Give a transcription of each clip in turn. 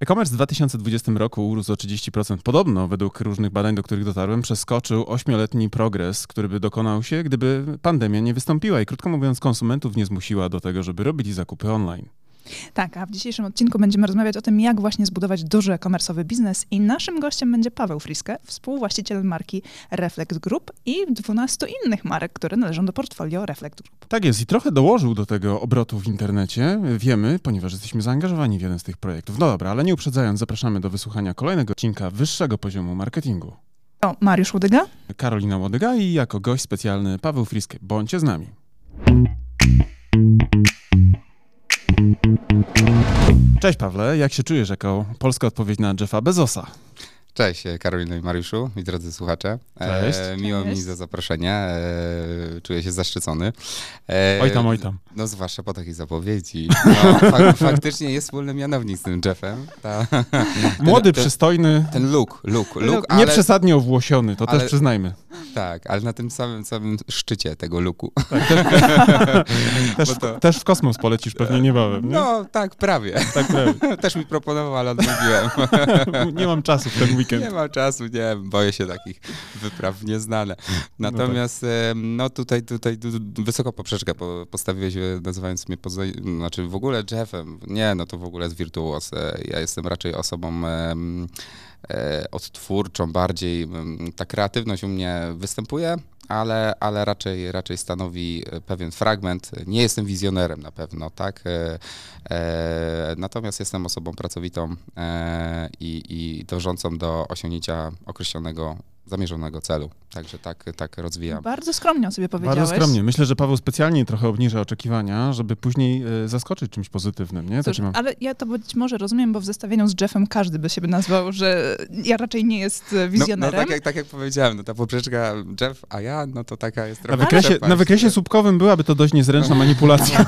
E-commerce w 2020 roku urósł o 30%. Podobno, według różnych badań, do których dotarłem, przeskoczył 8-letni progres, który by dokonał się, gdyby pandemia nie wystąpiła i krótko mówiąc konsumentów nie zmusiła do tego, żeby robili zakupy online. Tak, a w dzisiejszym odcinku będziemy rozmawiać o tym, jak właśnie zbudować duży e-commerce'owy biznes i naszym gościem będzie Paweł Friske, współwłaściciel marki Reflect Group i 12 innych marek, które należą do portfolio Reflect Group. Tak jest i trochę dołożył do tego obrotu w internecie. Wiemy, ponieważ jesteśmy zaangażowani w jeden z tych projektów. No dobra, ale nie uprzedzając, zapraszamy do wysłuchania kolejnego odcinka wyższego poziomu marketingu. To Mariusz Łodyga, Karolina Łodyga i jako gość specjalny Paweł Friske. Bądźcie z nami. Cześć Pawle, jak się czujesz jako polska odpowiedź na Jeffa Bezosa? Cześć Karolino i Mariuszu i drodzy słuchacze. Cześć. Miło mi za zaproszenie. Czuję się zaszczycony. Oj tam. No zwłaszcza po takiej zapowiedzi. No, faktycznie jest wspólny mianownik z tym Jeffem. Młody, przystojny. Ten look, ale przesadnie owłosiony, to też przyznajmy. Tak, ale na tym samym szczycie tego looku. Tak, też w kosmos polecisz pewnie niebawem, nie? No tak, prawie. Też mi proponował, ale odmówiłem. Nie mam czasu w ten weekend. Nie mam czasu, nie, boję się takich wypraw nieznane. Natomiast no tutaj wysoko poprzeczkę postawiłeś, nazywając mnie znaczy w ogóle Jeffem. Nie, no to w ogóle jest wirtuoz. Ja jestem raczej osobą odtwórczą bardziej. Ta kreatywność u mnie występuje, ale raczej stanowi pewien fragment. Nie jestem wizjonerem na pewno, tak? Natomiast jestem osobą pracowitą i dążącą do osiągnięcia określonego, zamierzonego celu. Także tak rozwijam. Bardzo skromnie o sobie powiedziałeś. Bardzo skromnie. Myślę, że Paweł specjalnie trochę obniża oczekiwania, żeby później zaskoczyć czymś pozytywnym, nie? Cóż, ale ja to być może rozumiem, bo w zestawieniu z Jeffem każdy by siebie nazwał, że ja raczej nie jest wizjonerem. No tak jak powiedziałem, no ta poprzeczka Jeff, a ja, no to taka jest trochę... Na wykresie słupkowym byłaby to dość niezręczna manipulacja.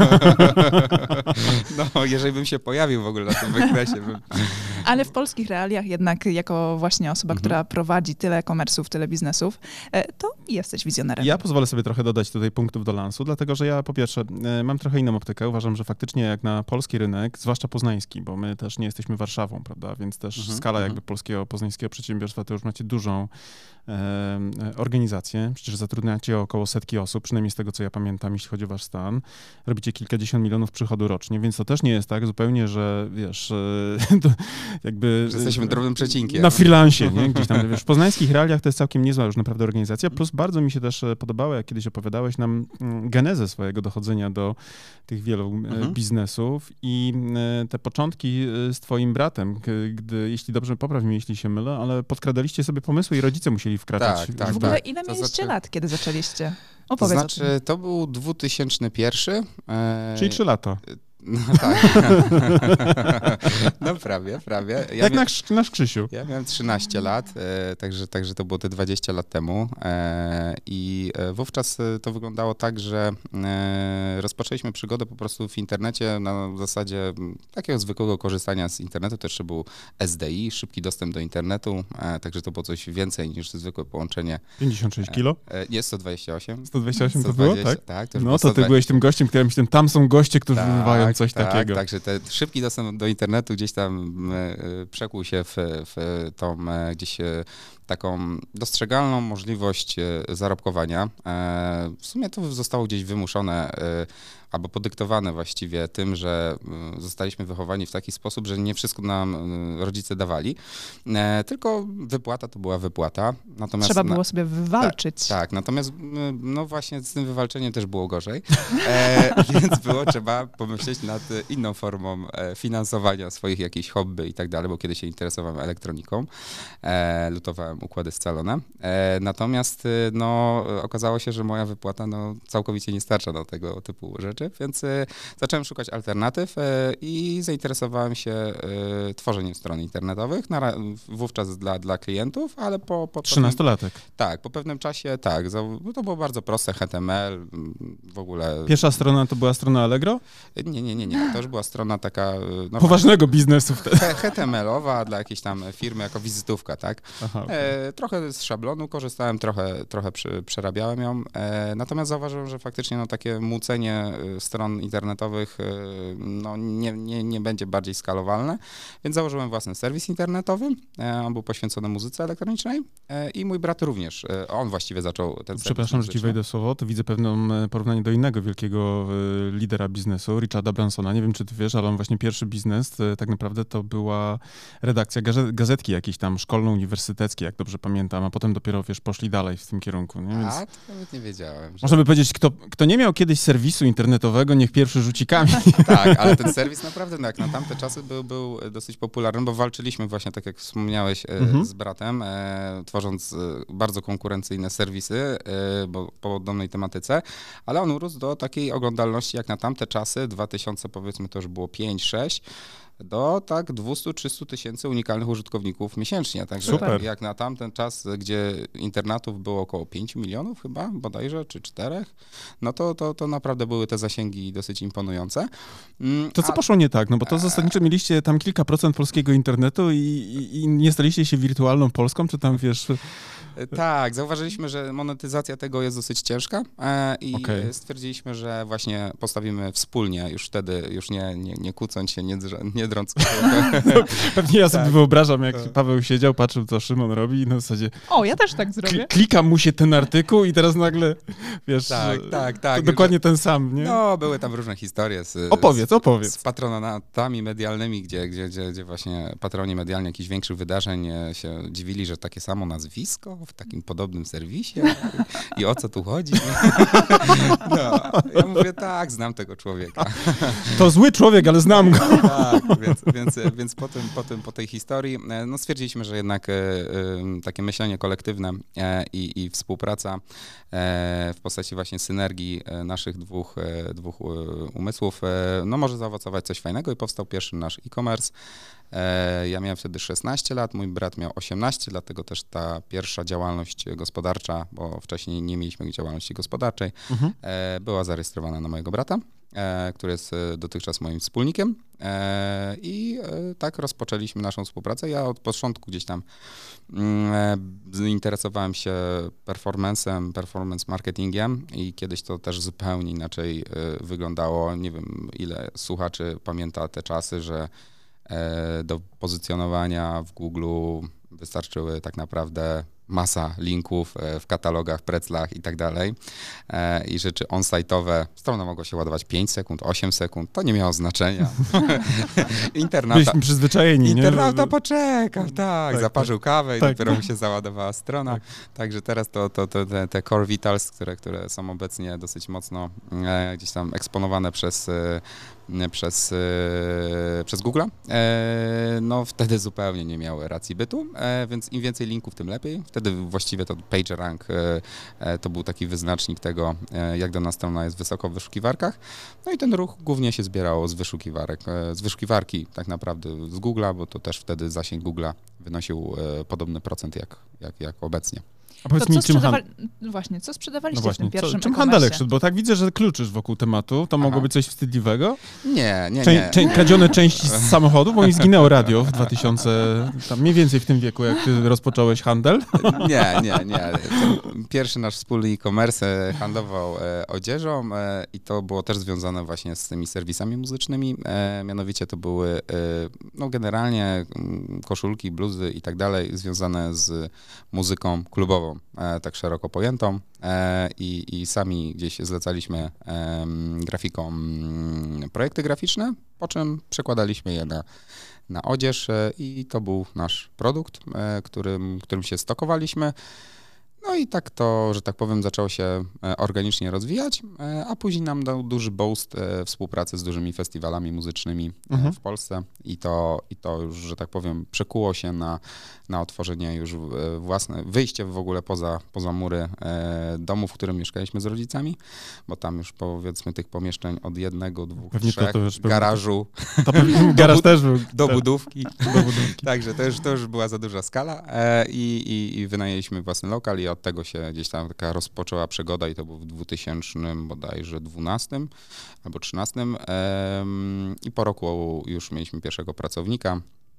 No, jeżeli bym się pojawił w ogóle na tym wykresie. Ale w polskich realiach jednak jako właśnie osoba, która prowadzi tyle e-commerce'ów, tyle biznesów, to jesteś wizjonerem. Ja pozwolę sobie trochę dodać tutaj punktów do lansu, dlatego że ja po pierwsze mam trochę inną optykę. Uważam, że faktycznie jak na polski rynek, zwłaszcza poznański, bo my też nie jesteśmy Warszawą, prawda, więc też skala jakby polskiego, poznańskiego przedsiębiorstwa, to już macie dużą organizację. Przecież zatrudniacie około 100 osób, przynajmniej z tego, co ja pamiętam, jeśli chodzi o wasz stan. Robicie kilkadziesiąt milionów przychodu rocznie, więc to też nie jest tak zupełnie, że wiesz, jakby... Że jesteśmy drobnym przecinkiem. Na freelancie, nie? Gdzieś tam, wiesz, w poznańskich realiach to jest całkiem niezła już naprawdę organizacja, plus bardzo mi się też podobało, jak kiedyś opowiadałeś nam genezę swojego dochodzenia do tych wielu biznesów i te początki z twoim bratem, gdy, jeśli dobrze, popraw mnie, jeśli się mylę, ale podkradaliście sobie pomysły i rodzice musieli wkraczać. Tak. W ogóle ile mieliście lat, kiedy zaczęliście? Opowiedz o tym. To był 2001. Czyli 3 lata. No tak. No prawie. Jak nasz Krzysiu. Ja miałem 13 lat, także to było te 20 lat temu i wówczas to wyglądało tak, że rozpoczęliśmy przygodę po prostu w internecie na zasadzie takiego zwykłego korzystania z internetu. To jeszcze był SDI, szybki dostęp do internetu, także to było coś więcej niż zwykłe połączenie. 56 kilo? Nie, 128. 128 to było, tak? Tak. No to ty byłeś tym gościem, który myślałem, tam są goście, którzy wybywają coś takiego. Także ten szybki dostęp do internetu gdzieś tam przekuł się w tą gdzieś taką dostrzegalną możliwość zarobkowania. W sumie to zostało gdzieś wymuszone albo podyktowane właściwie tym, że zostaliśmy wychowani w taki sposób, że nie wszystko nam rodzice dawali, tylko wypłata to była wypłata. Natomiast trzeba było sobie wywalczyć. Tak, natomiast no właśnie z tym wywalczeniem też było gorzej, więc trzeba pomyśleć nad inną formą finansowania swoich jakichś hobby i tak dalej, bo kiedy się interesowałem elektroniką, lutowałem układy scalone. Natomiast no, okazało się, że moja wypłata całkowicie nie starcza do tego typu rzeczy, więc zacząłem szukać alternatyw i zainteresowałem się tworzeniem stron internetowych, wówczas dla klientów, ale po 13-latek. Tak, po pewnym czasie tak. To było bardzo proste, HTML, w ogóle... Pierwsza strona to była strona Allegro? Nie. To już była strona taka... Poważnego biznesu wtedy. HTML-owa dla jakiejś tam firmy jako wizytówka, tak? Aha. Trochę z szablonu korzystałem, trochę przerabiałem ją, natomiast zauważyłem, że faktycznie no, takie młócenie stron internetowych no, nie będzie bardziej skalowalne, więc założyłem własny serwis internetowy, on był poświęcony muzyce elektronicznej i mój brat również, on właściwie zaczął ten serwis. Przepraszam, że ci wejdę w słowo, to widzę pewne porównanie do innego wielkiego lidera biznesu, Richarda Bransona. Nie wiem, czy ty wiesz, ale on właśnie pierwszy biznes tak naprawdę to była redakcja gazetki jakiejś tam szkolno-uniwersyteckiej, jak dobrze pamiętam, a potem dopiero, wiesz, poszli dalej w tym kierunku. Nie? Więc... A, to nawet nie wiedziałem. Można by powiedzieć, kto nie miał kiedyś serwisu internetowego, niech pierwszy rzuci kamień. Tak, ale ten serwis naprawdę, no jak na tamte czasy był dosyć popularny, bo walczyliśmy właśnie, tak jak wspomniałeś, z bratem, tworząc bardzo konkurencyjne serwisy po podobnej tematyce, ale on urósł do takiej oglądalności jak na tamte czasy, 2000 powiedzmy to już było 5-6, do tak 200-300 tysięcy unikalnych użytkowników miesięcznie. Także super. Jak na tamten czas, gdzie internatów było około 5 milionów chyba bodajże, czy 4, no to naprawdę były te zasięgi dosyć imponujące. To co poszło nie tak? No bo to zasadniczo mieliście tam kilka procent polskiego internetu i nie staliście się wirtualną Polską, czy tam wiesz... Tak, zauważyliśmy, że monetyzacja tego jest dosyć ciężka i stwierdziliśmy, że właśnie postawimy wspólnie, już wtedy, już nie kłócąc się, nie drąc. Pewnie ja sobie wyobrażam, jak Paweł siedział, patrzył, co Szymon robi i na zasadzie... O, ja też tak zrobię. Klikam mu się ten artykuł i teraz nagle, wiesz, tak, dokładnie ten sam, nie? No, były tam różne historie Opowiedz. Z patronatami medialnymi, gdzie właśnie patroni medialni jakichś większych wydarzeń się dziwili, że takie samo nazwisko w takim podobnym serwisie i o co tu chodzi? No, ja mówię, tak, znam tego człowieka. To zły człowiek, ale znam go. Tak, więc po tej historii no stwierdziliśmy, że jednak takie myślenie kolektywne i współpraca w postaci właśnie synergii naszych dwóch umysłów no może zaowocować coś fajnego i powstał pierwszy nasz e-commerce. Ja miałem wtedy 16 lat, mój brat miał 18, dlatego też ta pierwsza działalność gospodarcza, bo wcześniej nie mieliśmy działalności gospodarczej, była zarejestrowana na mojego brata, który jest dotychczas moim wspólnikiem i tak rozpoczęliśmy naszą współpracę. Ja od początku gdzieś tam zainteresowałem się performance marketingiem i kiedyś to też zupełnie inaczej wyglądało. Nie wiem, ile słuchaczy pamięta te czasy, że do pozycjonowania w Google wystarczyły tak naprawdę masa linków w katalogach, preclach i tak dalej. I rzeczy on-site'owe, strona mogła się ładować 5 sekund, 8 sekund, to nie miało znaczenia. Byliśmy przyzwyczajeni, nie? Internauta poczekał, tak, zaparzył kawę i dopiero mu się załadowała strona. Tak. Także teraz te Core Vitals, które są obecnie dosyć mocno gdzieś tam eksponowane przez Google'a, no wtedy zupełnie nie miały racji bytu, więc im więcej linków, tym lepiej. Wtedy właściwie to PageRank to był taki wyznacznik tego, jak dana strona jest wysoko w wyszukiwarkach. No i ten ruch głównie się zbierał z wyszukiwarek, z wyszukiwarki tak naprawdę z Google'a, bo to też wtedy zasięg Google'a wynosił podobny procent jak obecnie. A powiedz mi, co sprzedawaliście w tym pierwszym czym handelek szedł? Bo tak widzę, że kluczysz wokół tematu. To mogło być coś wstydliwego? Nie. Kradzione części z samochodu, bo mi zginęło radio w 2000, tam mniej więcej w tym wieku, jak ty rozpocząłeś handel. Nie. Pierwszy nasz wspólny e-commerce handlował odzieżą i to było też związane właśnie z tymi serwisami muzycznymi. Mianowicie to były no generalnie koszulki, bluzy i tak dalej związane z muzyką klubową, tak szeroko pojętą i sami gdzieś zlecaliśmy grafikom projekty graficzne, po czym przekładaliśmy je na odzież i to był nasz produkt, którym się stokowaliśmy. No i tak to, że tak powiem, zaczęło się organicznie rozwijać, a później nam dał duży boost współpracy z dużymi festiwalami muzycznymi w Polsce i to już, że tak powiem, przekuło się na otworzenie już własne, wyjście w ogóle poza mury domu, w którym mieszkaliśmy z rodzicami, bo tam już powiedzmy tych pomieszczeń od 1, 2, 3, garażu, garaż też był. Do budówki. Także to już była za duża skala i wynajęliśmy własny lokal i od tego się gdzieś tam taka rozpoczęła przygoda i to był w 2000 bodajże 12 albo 13 i po roku już mieliśmy pierwszego pracownika.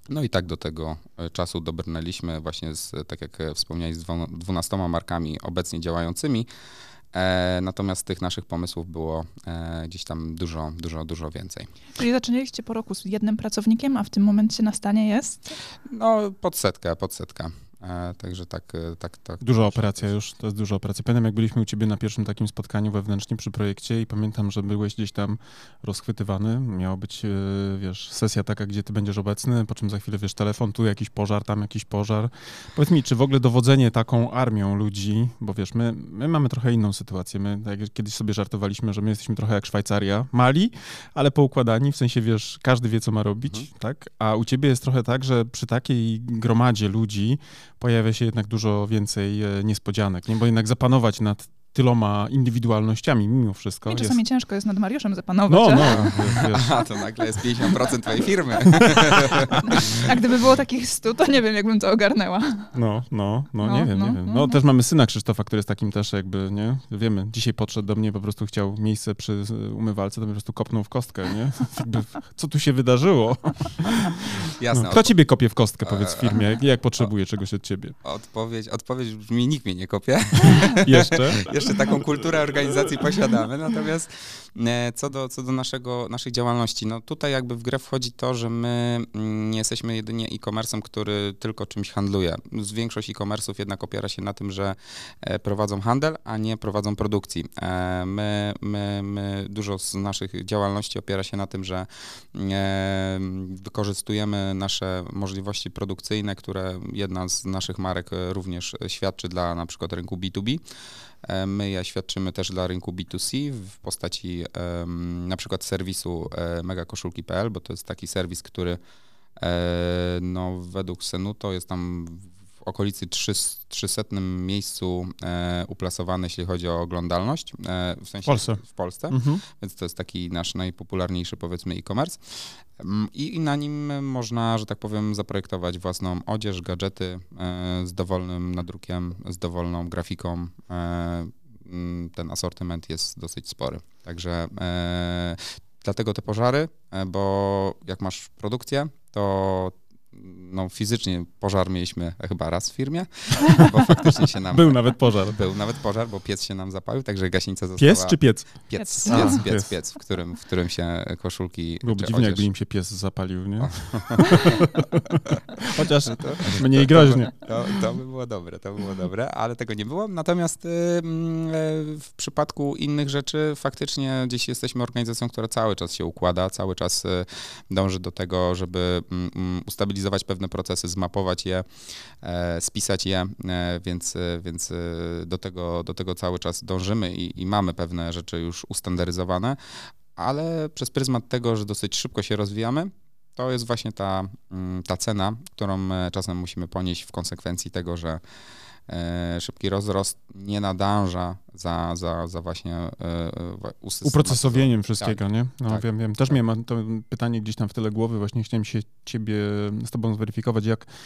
No i tak do tego czasu dobrnęliśmy właśnie tak jak wspomniałeś, z 12 markami obecnie działającymi. Natomiast tych naszych pomysłów było gdzieś tam dużo więcej. Czyli zaczynaliście po roku z jednym pracownikiem, a w tym momencie na stanie jest? No, pod setkę. Także tak. Duża operacja już, to jest duża operacja. Pamiętam, jak byliśmy u ciebie na pierwszym takim spotkaniu wewnętrznie przy projekcie i pamiętam, że byłeś gdzieś tam rozchwytywany. Miała być, sesja taka, gdzie ty będziesz obecny, po czym za chwilę, telefon, tu jakiś pożar, tam jakiś pożar. Powiedz mi, czy w ogóle dowodzenie taką armią ludzi, bo my mamy trochę inną sytuację. My tak jak kiedyś sobie żartowaliśmy, że my jesteśmy trochę jak Szwajcaria, mali, ale poukładani, w sensie, każdy wie, co ma robić, tak? A u ciebie jest trochę tak, że przy takiej gromadzie ludzi pojawia się jednak dużo więcej niespodzianek, nie? Bo jednak zapanować nad tyloma indywidualnościami mimo wszystko. I czasami ciężko jest nad Mariuszem zapanować. A to nagle jest 50% twojej firmy. A gdyby było takich 100, to nie wiem, jakbym to ogarnęła. Nie wiem. No, też mamy syna Krzysztofa, który jest takim też jakby, nie? Wiemy, dzisiaj podszedł do mnie, po prostu chciał miejsce przy umywalce, to po prostu kopnął w kostkę, nie? Jakby, co tu się wydarzyło? Jasne. Kto ciebie kopie w kostkę, powiedz w firmie, jak potrzebuje czegoś od ciebie? Odpowiedź brzmi, nikt mnie nie kopie. Jeszcze taką kulturę organizacji posiadamy, natomiast co do naszej działalności, no tutaj jakby w grę wchodzi to, że my nie jesteśmy jedynie e-commerce'em, który tylko czymś handluje. Większość e-commerce'ów jednak opiera się na tym, że prowadzą handel, a nie prowadzą produkcji. My dużo z naszych działalności opiera się na tym, że wykorzystujemy nasze możliwości produkcyjne, które jedna z naszych marek również świadczy dla na przykład rynku B2B. My je świadczymy też dla rynku B2C w postaci na przykład serwisu megakoszulki.pl, bo to jest taki serwis, który według Senuto jest tam w okolicy 300 miejscu uplasowany, jeśli chodzi o oglądalność, w sensie w Polsce. Więc to jest taki nasz najpopularniejszy, powiedzmy, e-commerce. I na nim można, że tak powiem, zaprojektować własną odzież, gadżety z dowolnym nadrukiem, z dowolną grafiką. Ten asortyment jest dosyć spory. Także dlatego te pożary, bo jak masz produkcję, to fizycznie pożar mieliśmy chyba raz w firmie, bo faktycznie się nam... Był nawet pożar, bo piec się nam zapalił, także gaśnica została... Piec czy piec? Piec, w którym się koszulki... Byłoby dziwnie, jakby im się pies zapalił, nie? Chociaż mniej groźnie. To by było dobre, ale tego nie było. Natomiast w przypadku innych rzeczy faktycznie gdzieś jesteśmy organizacją, która cały czas się układa, cały czas dąży do tego, żeby ustabilizować pewne procesy, zmapować je, spisać je, więc do tego cały czas dążymy i mamy pewne rzeczy już ustandaryzowane, ale przez pryzmat tego, że dosyć szybko się rozwijamy, to jest właśnie ta cena, którą czasem musimy ponieść w konsekwencji tego, że szybki rozrost nie nadąża za właśnie uprocesowieniem wszystkiego, tak, nie? No tak, wiem. Też miałem to pytanie gdzieś tam w tyle głowy, właśnie chciałem się z tobą zweryfikować,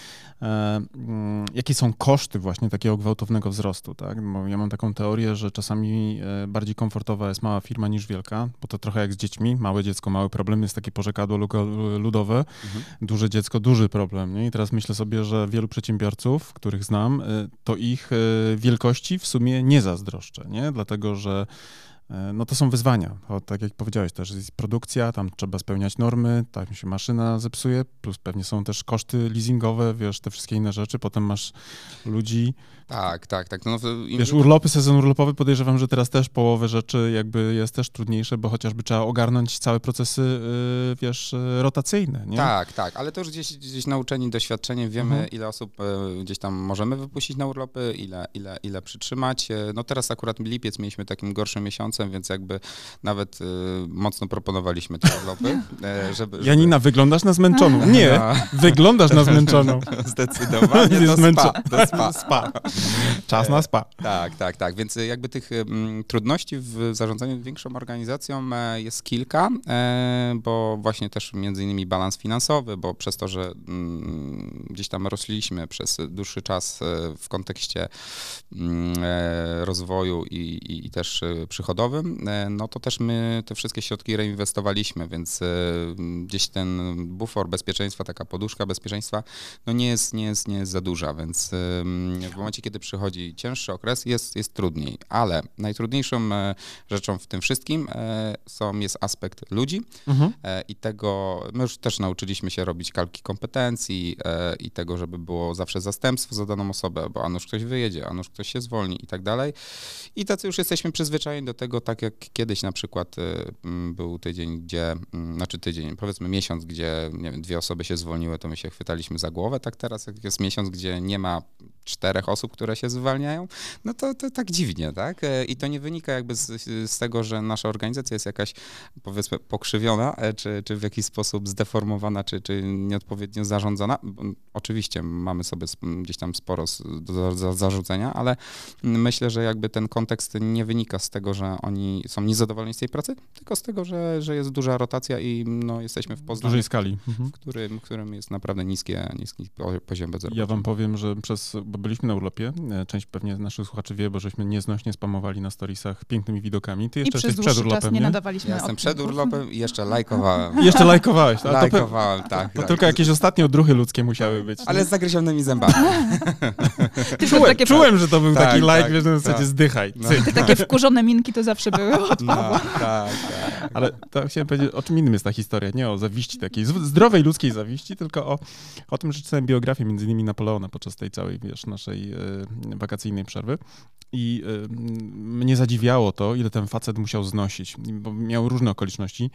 jakie są koszty właśnie takiego gwałtownego wzrostu, tak? Bo ja mam taką teorię, że czasami bardziej komfortowa jest mała firma niż wielka, bo to trochę jak z dziećmi, małe dziecko, mały problem, jest takie porzekadło ludowe, duże dziecko, duży problem, nie? I teraz myślę sobie, że wielu przedsiębiorców, których znam, to ich wielkości w sumie nie zazdroszczę, nie? Dlatego, że to są wyzwania. Tak jak powiedziałeś też, jest produkcja, tam trzeba spełniać normy, tam się maszyna zepsuje, plus pewnie są też koszty leasingowe, te wszystkie inne rzeczy, potem masz ludzi. Tak. Urlopy, sezon urlopowy, podejrzewam, że teraz też połowę rzeczy jakby jest też trudniejsze, bo chociażby trzeba ogarnąć całe procesy, rotacyjne, nie? Tak, ale to już gdzieś nauczeni doświadczeniem wiemy, ile osób gdzieś tam możemy wypuścić na urlopy, ile przytrzymać. No teraz akurat lipiec mieliśmy takim gorszym miesiącem, więc jakby nawet mocno proponowaliśmy te urlopy, żeby... Janina, wyglądasz na zmęczoną. Nie, wyglądasz na zmęczoną. Zdecydowanie do spa. Czas na spa. Tak. Więc jakby tych trudności w zarządzaniu większą organizacją jest kilka, bo właśnie też między innymi balans finansowy, bo przez to, że gdzieś tam rośliśmy przez dłuższy czas w kontekście rozwoju i też przychodowym, COVID-owym, no to też my te wszystkie środki reinwestowaliśmy, więc gdzieś ten bufor bezpieczeństwa, taka poduszka bezpieczeństwa, no nie jest za duża, więc w momencie, kiedy przychodzi cięższy okres, jest trudniej, ale najtrudniejszą rzeczą w tym wszystkim jest aspekt ludzi i tego, my już też nauczyliśmy się robić kalki kompetencji i tego, żeby było zawsze zastępstwo za daną osobę, bo a nuż ktoś wyjedzie, a nuż ktoś się zwolni i tak dalej. I tacy już jesteśmy przyzwyczajeni do tego, tak jak kiedyś na przykład był powiedzmy miesiąc, gdzie nie wiem, 2 osoby się zwolniły, to my się chwytaliśmy za głowę, tak teraz jak jest miesiąc, gdzie nie ma 4 osób, które się zwalniają, no to tak dziwnie, tak? I to nie wynika jakby z tego, że nasza organizacja jest jakaś, powiedzmy, pokrzywiona, czy w jakiś sposób zdeformowana, czy nieodpowiednio zarządzana. Oczywiście mamy sobie gdzieś tam sporo do zarzucenia, ale myślę, że jakby ten kontekst nie wynika z tego, że oni są niezadowoleni z tej pracy, tylko z tego, że jest duża rotacja i no, jesteśmy w Poznaniu, dużej skali. w którym jest naprawdę niski poziom bezrobocia. Ja wam powiem, że bo byliśmy na urlopie, część pewnie naszych słuchaczy wie, bo żeśmy nieznośnie spamowali na storiesach pięknymi widokami. Ty jeszcze jesteś przed urlopem, nie nadawaliśmy. Ja jestem przed urlopem i jeszcze lajkowałem. Jeszcze lajkowałeś. Lajkowałem, tak. To tylko jakieś ostatnie odruchy ludzkie musiały być. Ale z zagryzionymi zębami. Czułem, że to był taki lajk, wiesz, na zasadzie tak. zdychaj. No. Takie wkurzone minki to zawsze były od Pawła. Tak. Ale to chciałem powiedzieć, o czym innym jest ta historia. Nie o zawiści takiej, zdrowej ludzkiej zawiści, tylko o tym, że czytałem biografię między innymi Napoleona podczas tej całej, naszej wakacyjnej przerwy. I mnie zadziwiało to, ile ten facet musiał znosić, bo miał różne okoliczności.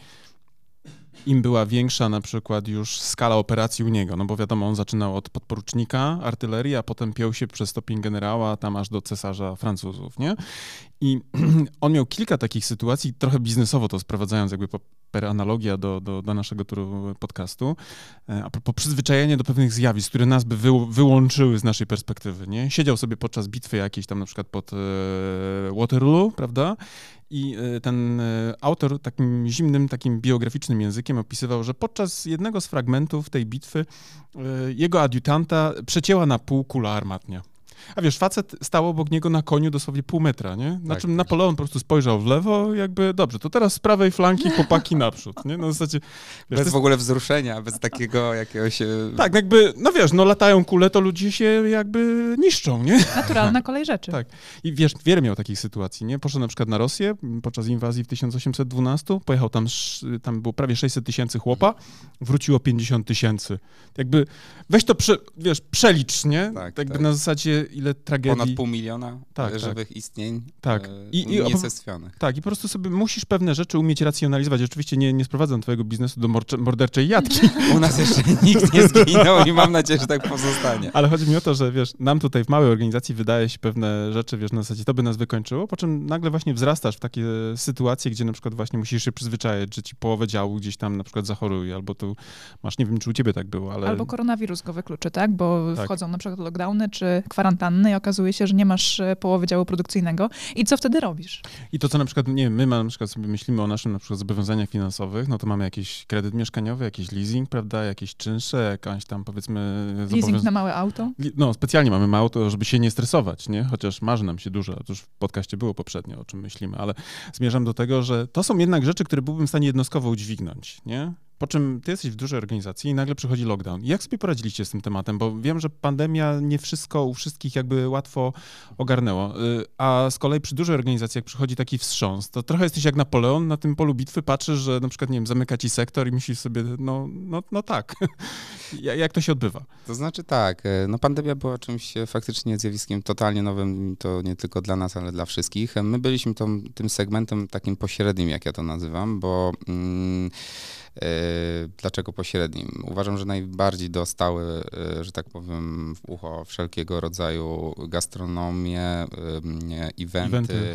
Im była większa na przykład już skala operacji u niego, no bo wiadomo, on zaczynał od podporucznika artylerii, a potem piął się przez stopień generała, tam aż do cesarza Francuzów, nie? I on miał kilka takich sytuacji, trochę biznesowo to sprowadzając jakby per analogia do naszego podcastu, a propos przyzwyczajenia do pewnych zjawisk, które nas by wyłączyły z naszej perspektywy, nie? Siedział sobie podczas bitwy jakiejś tam na przykład pod Waterloo, prawda? I ten autor takim zimnym, takim biograficznym językiem opisywał, że podczas jednego z fragmentów tej bitwy jego adiutanta przecięła na pół kula armatnia. A wiesz, facet stał obok niego na koniu dosłownie pół metra, nie? Na czym Napoleon po prostu spojrzał w lewo, jakby dobrze, to teraz z prawej flanki chłopaki naprzód, nie? No w zasadzie... Wiesz, bez w ogóle wzruszenia, bez takiego jakiegoś... Tak, jakby, no wiesz, no latają kule, to ludzie się jakby niszczą, nie? Naturalna kolej rzeczy. Tak. I wiesz, wiele miał takich sytuacji, nie? Poszedł na przykład na Rosję podczas inwazji w 1812, pojechał tam było prawie 600 000 chłopa, wróciło 50 000. Jakby weź to, przelicz, nie? Tak jakby na zasadzie ile tragedii... Ponad 500 000 żywych istnień niezacestwionych. Tak, i po prostu sobie musisz pewne rzeczy umieć racjonalizować. Oczywiście nie sprowadzam twojego biznesu do morderczej jatki. U nas jeszcze nikt nie zginął i mam nadzieję, że tak pozostanie. Ale chodzi mi o to, że wiesz, nam tutaj w małej organizacji wydaje się pewne rzeczy, wiesz, na zasadzie to by nas wykończyło, po czym nagle właśnie wzrastasz w takie sytuacje, gdzie na przykład właśnie musisz się przyzwyczaić, że ci połowę działu gdzieś tam na przykład zachoruje, albo tu masz, nie wiem, czy u ciebie tak było, ale... Albo koronawirus go wykluczy, tak? Bo wchodzą na przykład lockdowny czy kwarantanny i okazuje się, że nie masz połowy działu produkcyjnego. I co wtedy robisz? I to, co na przykład, nie wiem, my na przykład sobie myślimy o naszym na przykład zobowiązaniach finansowych, no to mamy jakiś kredyt mieszkaniowy, jakiś leasing, prawda, jakieś czynsze, jakaś tam powiedzmy... Leasing na małe auto? No, specjalnie mamy małe auto, żeby się nie stresować, nie? Chociaż marzy nam się dużo, to już w podcaście było poprzednio, o czym myślimy, ale zmierzam do tego, że to są jednak rzeczy, które byłbym w stanie jednostkowo udźwignąć, nie? Po czym ty jesteś w dużej organizacji i nagle przychodzi lockdown. Jak sobie poradziliście z tym tematem? Bo wiem, że pandemia nie wszystko u wszystkich jakby łatwo ogarnęło. A z kolei przy dużej organizacji, jak przychodzi taki wstrząs, to trochę jesteś jak Napoleon na tym polu bitwy, patrzysz, że na przykład, nie wiem, zamyka ci sektor i myślisz sobie, no tak. Jak to się odbywa? To znaczy tak, no pandemia była czymś faktycznie zjawiskiem totalnie nowym, to nie tylko dla nas, ale dla wszystkich. My byliśmy tym segmentem takim pośrednim, jak ja to nazywam, bo... Dlaczego pośrednim? Uważam, że najbardziej dostały, że tak powiem, w ucho wszelkiego rodzaju gastronomię, eventy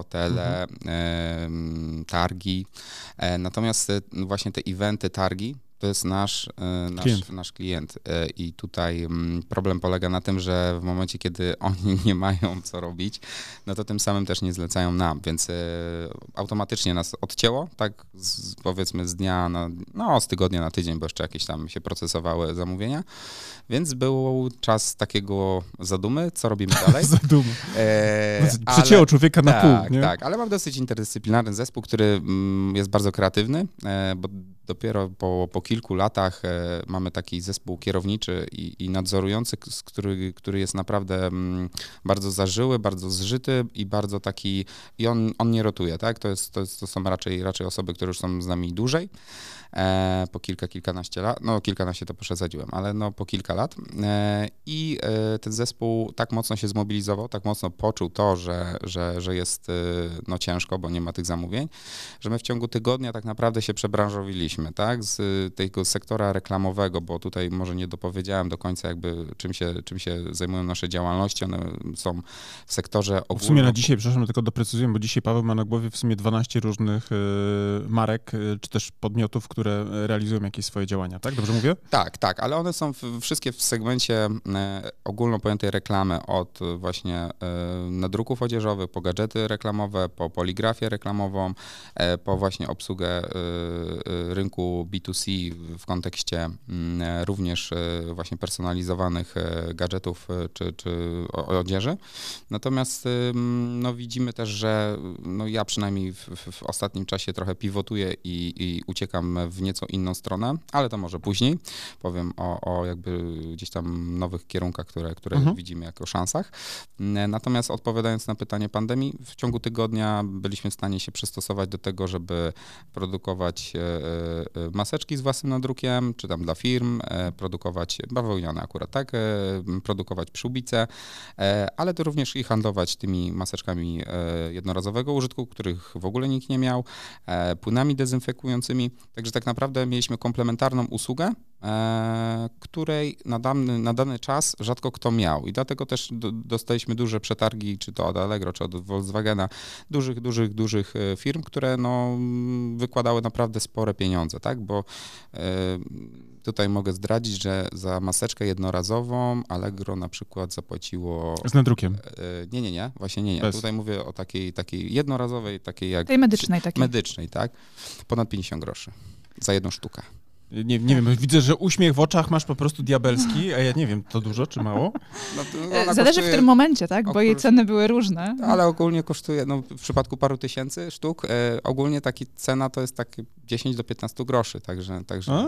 hotele, targi. Natomiast właśnie te eventy, targi To jest nasz klient. I tutaj problem polega na tym, że w momencie, kiedy oni nie mają co robić, no to tym samym też nie zlecają nam, więc automatycznie nas odcięło, tak powiedzmy z dnia z tygodnia na tydzień, bo jeszcze jakieś tam się procesowały zamówienia, więc był czas takiego zadumy, co robimy dalej. Zadumy. Przecięło człowieka na pół, nie? Tak, ale mam dosyć interdyscyplinarny zespół, który jest bardzo kreatywny, bo dopiero po kilku latach mamy taki zespół kierowniczy i nadzorujący, który jest naprawdę bardzo zażyły, bardzo zżyty i bardzo taki, i on nie rotuje, tak? To są raczej osoby, które już są z nami dłużej, po kilkanaście lat, kilkanaście to przesadziłem, ale po kilka lat i ten zespół tak mocno się zmobilizował, tak mocno poczuł to, że jest ciężko, bo nie ma tych zamówień, że my w ciągu tygodnia tak naprawdę się przebranżowiliśmy, tak, z tego sektora reklamowego, bo tutaj może nie dopowiedziałem do końca jakby czym się zajmują nasze działalności, one są w sektorze ogólnym. W sumie na dzisiaj, przepraszam, tylko doprecyzuję, bo dzisiaj Paweł ma na głowie w sumie 12 różnych marek, czy też podmiotów, które realizują jakieś swoje działania, tak? Dobrze mówię? Tak, ale one są wszystkie w segmencie ogólno pojętej reklamy, od właśnie nadruków odzieżowych, po gadżety reklamowe, po poligrafię reklamową, po właśnie obsługę rynku B2C w kontekście również właśnie personalizowanych gadżetów czy odzieży. Natomiast widzimy też, że ja przynajmniej w ostatnim czasie trochę pivotuję i uciekam w nieco inną stronę, ale to może później. Powiem o jakby gdzieś tam nowych kierunkach, które widzimy jako szansach. Natomiast odpowiadając na pytanie pandemii, w ciągu tygodnia byliśmy w stanie się przystosować do tego, żeby produkować maseczki z własnym nadrukiem, czy tam dla firm, produkować bawełniane akurat, tak, produkować przyłbice, ale to również i handlować tymi maseczkami jednorazowego użytku, których w ogóle nikt nie miał, płynami dezynfekującymi, także tak naprawdę mieliśmy komplementarną usługę, której na dany czas rzadko kto miał i dlatego też dostaliśmy duże przetargi, czy to od Allegro, czy od Volkswagena, dużych firm, które wykładały naprawdę spore pieniądze, tak, bo tutaj mogę zdradzić, że za maseczkę jednorazową Allegro na przykład zapłaciło... Z nadrukiem? Nie, właśnie nie. Bez. Tutaj mówię o takiej jednorazowej, takiej jak... Tej medycznej takiej. Medycznej, tak. Ponad 50 groszy za jedną sztukę. Nie wiem, widzę, że uśmiech w oczach masz po prostu diabelski, a ja nie wiem, to dużo czy mało? Zależy w którym momencie, tak? Bo jej ceny były różne. Ale ogólnie kosztuje, w przypadku paru tysięcy sztuk, ogólnie taki cena to jest takie 10 do 15 groszy, także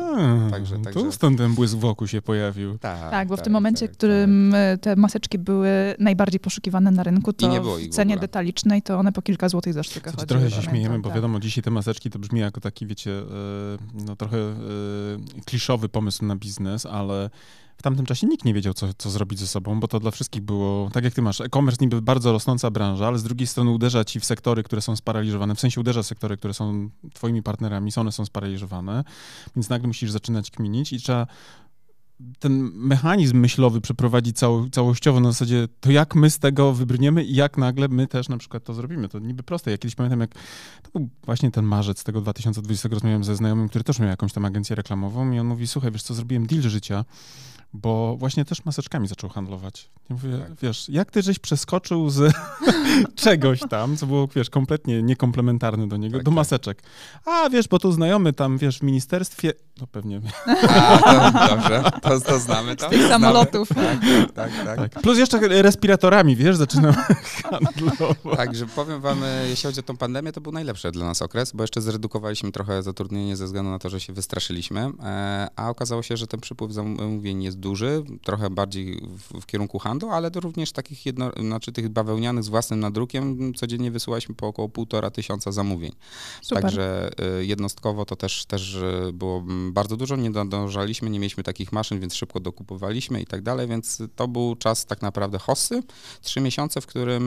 to stąd ten błysk wokół się pojawił. Tak, bo w tym momencie, w którym te maseczki były najbardziej poszukiwane na rynku, to w cenie detalicznej to one po kilka złotych za sztukę chodziły. Trochę się śmiejemy, bo wiadomo, dzisiaj te maseczki to brzmi jako taki, wiecie, trochę kliszowy pomysł na biznes, ale w tamtym czasie nikt nie wiedział, co zrobić ze sobą, bo to dla wszystkich było, tak jak ty masz, e-commerce niby bardzo rosnąca branża, ale z drugiej strony uderza ci w sektory, które są sparaliżowane, w sensie uderza w sektory, które są twoimi partnerami, one są sparaliżowane, więc nagle musisz zaczynać kminić i trzeba ten mechanizm myślowy przeprowadzić całościowo na zasadzie, to jak my z tego wybrniemy i jak nagle my też na przykład to zrobimy. To niby proste. Ja kiedyś pamiętam, jak to był właśnie ten marzec tego 2020, rozmawiałem ze znajomym, który też miał jakąś tam agencję reklamową i on mówi, słuchaj, wiesz co, zrobiłem deal życia, bo właśnie też maseczkami zaczął handlować. Ja mówię, wiesz, jak ty żeś przeskoczył z czegoś tam, co było, wiesz, kompletnie niekomplementarne do niego, do maseczek. A wiesz, bo tu znajomy tam, wiesz, w ministerstwie, no pewnie. Dobrze, to znamy to. Z tych samolotów. Tak. Plus jeszcze respiratorami, wiesz, zaczynam handlować. Także powiem wam, jeśli chodzi o tą pandemię, to był najlepszy dla nas okres, bo jeszcze zredukowaliśmy trochę zatrudnienie ze względu na to, że się wystraszyliśmy, a okazało się, że ten przypływ zamówień jest duży, trochę bardziej w kierunku handlu, ale to również takich tych bawełnianych z własnym nadrukiem codziennie wysyłaliśmy po około 1500 zamówień. Super. Także jednostkowo to też było bardzo dużo, nie nadążaliśmy, nie mieliśmy takich maszyn, więc szybko dokupowaliśmy i tak dalej, więc to był czas tak naprawdę hossy, 3 miesiące, w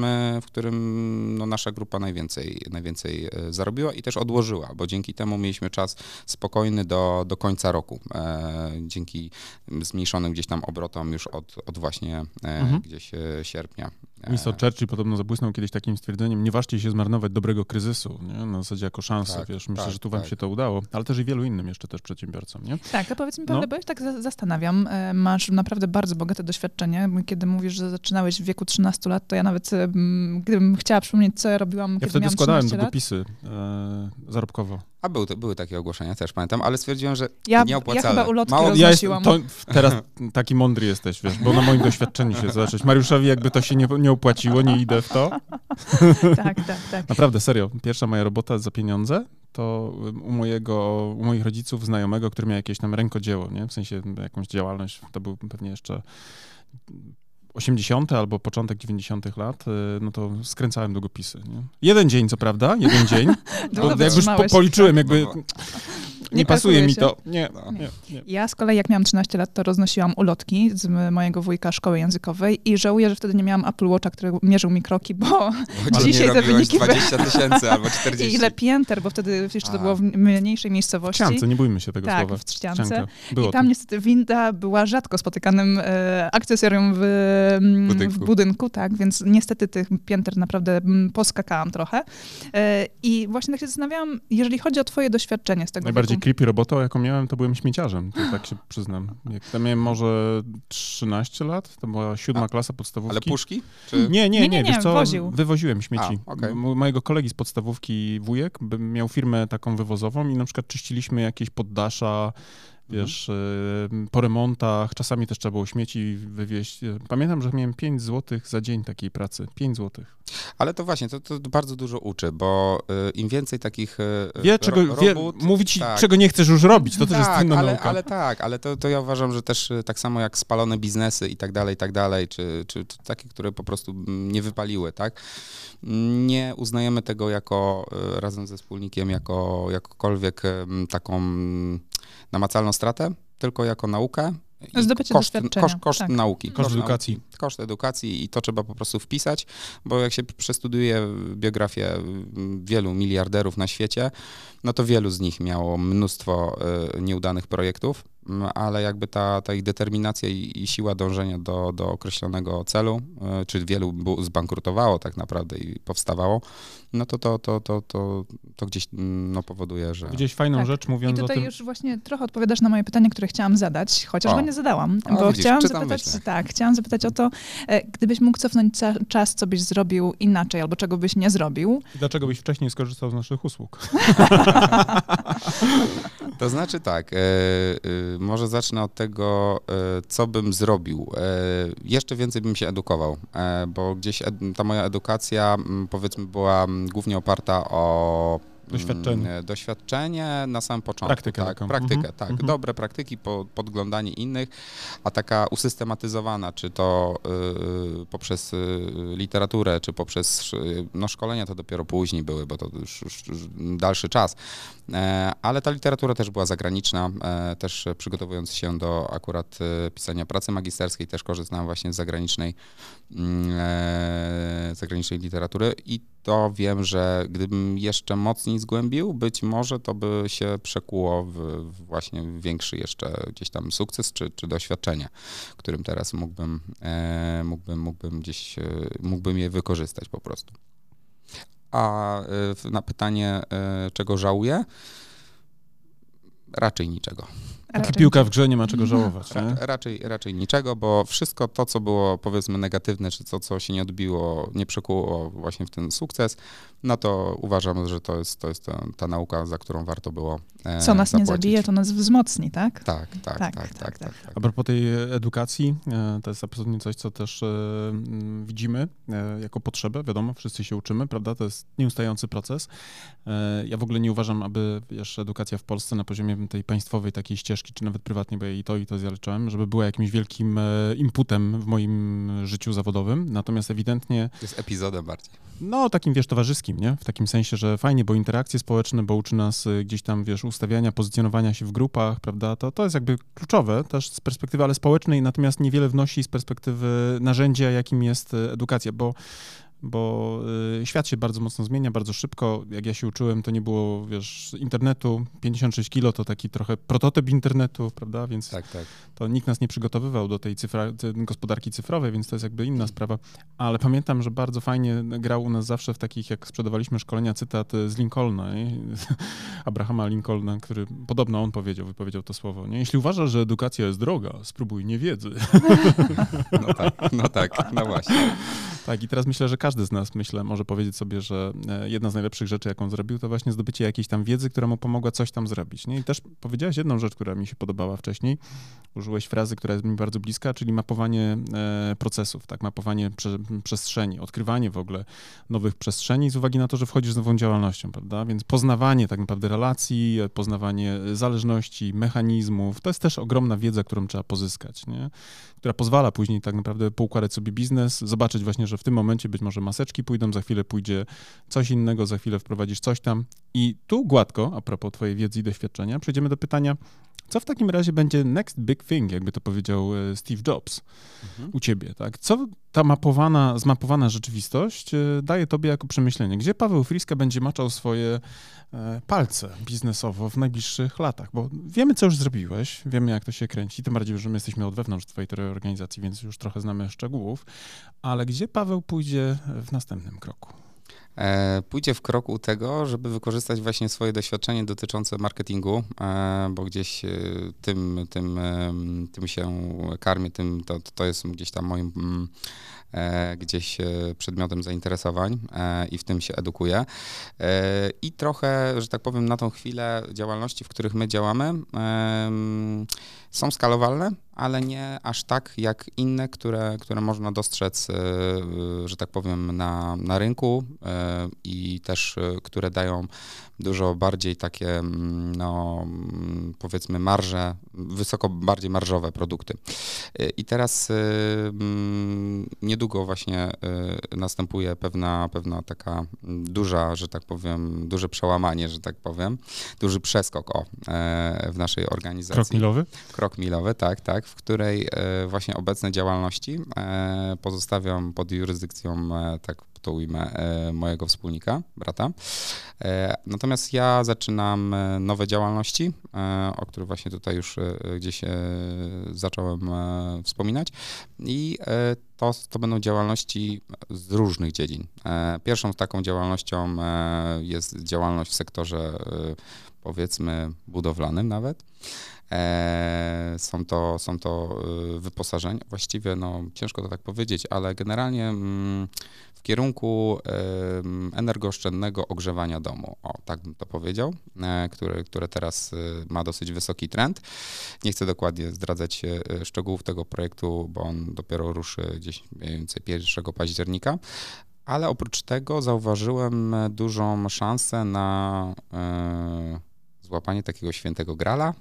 którym nasza grupa najwięcej zarobiła i też odłożyła, bo dzięki temu mieliśmy czas spokojny do końca roku, dzięki zmniejszonym gdzieś tam obrotom już od właśnie gdzieś sierpnia Winston Churchill podobno zabłysnął kiedyś takim stwierdzeniem: nie ważcie się zmarnować dobrego kryzysu, nie? Na zasadzie jako szansę, Tak, wiesz, myślę, tak, że tu wam tak. się to udało, ale też i wielu innym jeszcze też przedsiębiorcom, nie? Tak, a powiedz mi, Paweł, bo ja się tak zastanawiam, masz naprawdę bardzo bogate doświadczenie. Kiedy mówisz, że zaczynałeś w wieku 13 lat, to ja nawet, gdybym chciała przypomnieć, co ja robiłam, kiedy wtedy miałam składałem 13 lat. długopisy zarobkowo. A były takie ogłoszenia, też pamiętam, ale stwierdziłem, że Ja nieopłacalne. chyba ulotki Mało roznosiłam. Teraz taki mądry jesteś, wiesz, bo na moim doświadczeniu się zobaczyć. Mariuszowi jakby to się nie opłaciło, nie idę w to. Tak. Naprawdę, serio. Pierwsza moja robota za pieniądze to u moich rodziców znajomego, który miał jakieś tam rękodzieło, nie? W sensie jakąś działalność, to był pewnie jeszcze 80. albo początek 90. lat, no to skręcałem długopisy. Nie? Jeden dzień, co prawda, bo jak już policzyłem, jakby nie pasuje mi to. Nie. Ja z kolei, jak miałam 13 lat, to roznosiłam ulotki z mojego wujka szkoły językowej i żałuję, że wtedy nie miałam Apple Watcha, który mierzył mi kroki, bo dzisiaj te wyniki... 20 000 albo 40. I ile pięter, bo wtedy jeszcze to było w mniejszej miejscowości. W Trzciance, nie bójmy się tego słowa. Tak, w Trzciance. Było I tam niestety winda była rzadko spotykanym akcesorium w budynku, tak, więc niestety tych pięter naprawdę poskakałam trochę. I właśnie tak się zastanawiałam, jeżeli chodzi o twoje doświadczenie z tego Najbardziej wieku. creepy robotą, jaką miałem, to byłem śmieciarzem, to tak się przyznam. Jak tam miałem może 13 lat, to była 7. klasa podstawówki. Ale puszki? Czy... Nie, wiesz co, woził. wywoziłem śmieci. Okay. Mojego kolegi z podstawówki wujek miał firmę taką wywozową i na przykład czyściliśmy jakieś poddasza, wiesz, po remontach, czasami też trzeba było śmieci wywieźć. Pamiętam, że miałem 5 zł za dzień takiej pracy. 5 zł. Ale to właśnie, to bardzo dużo uczy, bo im więcej takich robót... Mówi ci, czego nie chcesz już robić, to też jest inna nauka. Ale to ja uważam, że też tak samo jak spalone biznesy i tak dalej, czy takie, które po prostu nie wypaliły, tak? Nie uznajemy tego jako razem ze wspólnikiem, jako jakkolwiek taką namacalną stratę, tylko jako naukę. Zdobycie doświadczenia. Koszt nauki. Koszt edukacji. Koszt edukacji i to trzeba po prostu wpisać, bo jak się przestudiuje biografię wielu miliarderów na świecie, no to wielu z nich miało mnóstwo nieudanych projektów, ale jakby ta ich determinacja i siła dążenia do określonego celu, czy wielu zbankrutowało tak naprawdę i powstawało, no to gdzieś powoduje, że... Gdzieś fajną rzecz mówiąc I tutaj o tym... już właśnie trochę odpowiadasz na moje pytanie, które chciałam zadać, chociaż go nie zadałam, bo widzisz, chciałam zapytać o to, gdybyś mógł cofnąć czas, co byś zrobił inaczej, albo czego byś nie zrobił. I dlaczego byś wcześniej skorzystał z naszych usług? To znaczy tak, może zacznę od tego, co bym zrobił. Jeszcze więcej bym się edukował, bo gdzieś ta moja edukacja, powiedzmy, była głównie oparta o doświadczenie na samym początku. Praktykę, tak. Dobre praktyki, podglądanie innych, a taka usystematyzowana, czy to poprzez literaturę, czy poprzez szkolenia, to dopiero później były, bo to już dalszy czas. Ale ta literatura też była zagraniczna, też przygotowując się do akurat pisania pracy magisterskiej, też korzystałem właśnie z zagranicznej literatury i to wiem, że gdybym jeszcze mocniej zgłębił, być może to by się przekuło w właśnie większy jeszcze gdzieś tam sukces czy doświadczenie, którym teraz mógłbym je wykorzystać po prostu. A na pytanie, czego żałuję? Raczej niczego. Taka piłka w grze, nie ma czego żałować. Raczej niczego, bo wszystko to, co było powiedzmy negatywne, czy to, co się nie odbiło, nie przekuło właśnie w ten sukces, no to uważam, że to jest ta nauka, za którą warto było co nas zapłacić. Nie zabije, to nas wzmocni, tak? Tak. A propos tej edukacji, to jest absolutnie coś, co też widzimy jako potrzebę. Wiadomo, wszyscy się uczymy, prawda? To jest nieustający proces. Ja w ogóle nie uważam, aby edukacja w Polsce na poziomie tej państwowej takiej ścieżki, czy nawet prywatnej, bo ja i to zaliczałem, żeby była jakimś wielkim inputem w moim życiu zawodowym. Natomiast ewidentnie... Jest epizodem bardziej. No, takim, towarzyskim, nie? W takim sensie, że fajnie, bo interakcje społeczne, bo uczy nas gdzieś tam, ustawiania, pozycjonowania się w grupach, prawda? To jest jakby kluczowe też z perspektywy, ale społecznej, natomiast niewiele wnosi z perspektywy narzędzia, jakim jest edukacja, bo bo świat się bardzo mocno zmienia, bardzo szybko. Jak ja się uczyłem, to nie było, wiesz, internetu. 56 kilo to taki trochę prototyp internetu, prawda? Więc tak. to nikt nas nie przygotowywał do tej gospodarki cyfrowej, więc to jest jakby inna sprawa. Ale pamiętam, że bardzo fajnie grał u nas zawsze w takich, jak sprzedawaliśmy szkolenia, cytat z Lincolna, Abrahama Lincolna, który podobno on wypowiedział to słowo. Nie? Jeśli uważasz, że edukacja jest droga, spróbuj niewiedzy. No tak, no właśnie. Tak, i teraz myślę, że każdy z nas, może powiedzieć sobie, że jedna z najlepszych rzeczy, jaką zrobił, to właśnie zdobycie jakiejś tam wiedzy, która mu pomogła coś tam zrobić. Nie? I też powiedziałeś jedną rzecz, która mi się podobała wcześniej. Użyłeś frazy, która jest mi bardzo bliska, czyli mapowanie procesów, tak, mapowanie przestrzeni, odkrywanie w ogóle nowych przestrzeni z uwagi na to, że wchodzisz z nową działalnością, prawda? Więc poznawanie tak naprawdę relacji, poznawanie zależności, mechanizmów, to jest też ogromna wiedza, którą trzeba pozyskać, nie? Która pozwala później tak naprawdę poukładać sobie biznes, zobaczyć właśnie, że w tym momencie być może maseczki pójdą, za chwilę pójdzie coś innego, za chwilę wprowadzisz coś tam. I tu gładko, a propos twojej wiedzy i doświadczenia, przejdziemy do pytania, co w takim razie będzie next big thing, jakby to powiedział Steve Jobs u ciebie, tak? Co ta zmapowana rzeczywistość daje tobie jako przemyślenie? Gdzie Paweł Friska będzie maczał swoje palce biznesowo w najbliższych latach? Bo wiemy, co już zrobiłeś, wiemy, jak to się kręci, tym bardziej, że my jesteśmy od wewnątrz twojej organizacji, więc już trochę znamy szczegółów, ale gdzie Paweł pójdzie w następnym kroku? Pójdzie w kroku tego, żeby wykorzystać właśnie swoje doświadczenie dotyczące marketingu, bo gdzieś tym się karmię, to jest gdzieś tam moim gdzieś przedmiotem zainteresowań i w tym się edukuję. I trochę, że tak powiem, na tą chwilę działalności, w których my działamy, są skalowalne, ale nie aż tak jak inne, które można dostrzec, że tak powiem, na rynku i też, które dają dużo bardziej takie, no powiedzmy marże, bardziej marżowe produkty. I teraz niedługo właśnie następuje pewna taka duża, że tak powiem, duże przełamanie, że tak powiem, duży przeskok w naszej organizacji. Krok milowy? Krok milowy, tak, w której właśnie obecne działalności pozostawiam pod jurysdykcją, tak to ujmę, mojego wspólnika, brata. Natomiast ja zaczynam nowe działalności, o których właśnie tutaj już gdzieś zacząłem wspominać i to będą działalności z różnych dziedzin. Pierwszą taką działalnością jest działalność w sektorze, powiedzmy, budowlanym nawet. Są to wyposażenia, właściwie no ciężko to tak powiedzieć, ale generalnie w kierunku energooszczędnego ogrzewania domu, tak bym to powiedział, które teraz ma dosyć wysoki trend. Nie chcę dokładnie zdradzać szczegółów tego projektu, bo on dopiero ruszy gdzieś mniej więcej 1 października. Ale oprócz tego zauważyłem dużą szansę na złapanie takiego świętego grala,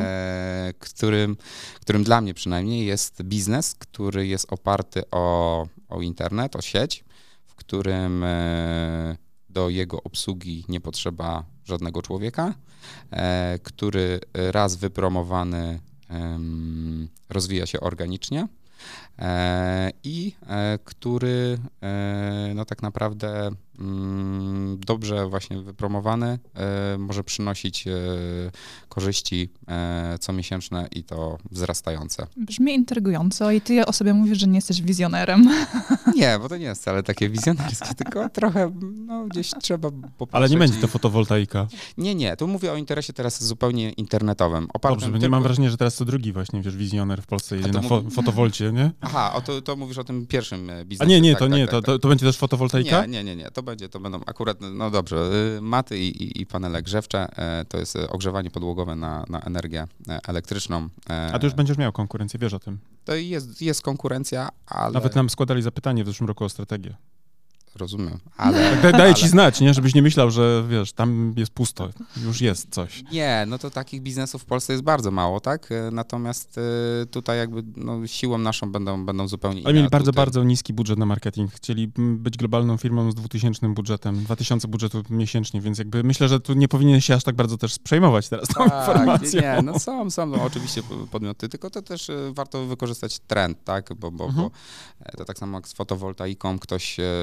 którym dla mnie przynajmniej jest biznes, który jest oparty o internet, o sieć, w którym do jego obsługi nie potrzeba żadnego człowieka, który raz wypromowany rozwija się organicznie i który no tak naprawdę dobrze właśnie wypromowany może przynosić korzyści comiesięczne i to wzrastające. Brzmi intrygująco i ty o sobie mówisz, że nie jesteś wizjonerem. Nie, bo to nie jest wcale takie wizjonerskie, tylko trochę gdzieś trzeba popatrzeć. Ale nie będzie to fotowoltaika. Nie, tu mówię o interesie teraz zupełnie internetowym. Dobrze, nie mam wrażenia, że teraz to drugi właśnie, wiesz, wizjoner w Polsce jedzie na fotowolcie, nie? Aha, to mówisz o tym pierwszym biznesie. A to będzie też fotowoltaika? Nie, to będą akurat, no dobrze, maty i panele grzewcze, to jest ogrzewanie podłogowe na energię elektryczną. A ty już będziesz miał konkurencję, wiesz o tym? To jest konkurencja, ale... Nawet nam składali zapytanie w zeszłym roku o strategię. Rozumiem, ale... Daję ci znać, nie? Żebyś nie myślał, że wiesz, tam jest pusto, już jest coś. Nie, no to takich biznesów w Polsce jest bardzo mało, tak? Natomiast tutaj jakby siłą naszą będą zupełnie inne. Ale mieli bardzo niski budżet na marketing. Chcieli być globalną firmą z 2000 budżetem, 2000 budżetu miesięcznie, więc jakby myślę, że tu nie powinien się aż tak bardzo też przejmować teraz tą informacją. Nie, no są oczywiście podmioty, tylko to też warto wykorzystać trend, tak? Bo to tak samo jak z fotowoltaiką, ktoś wymyślił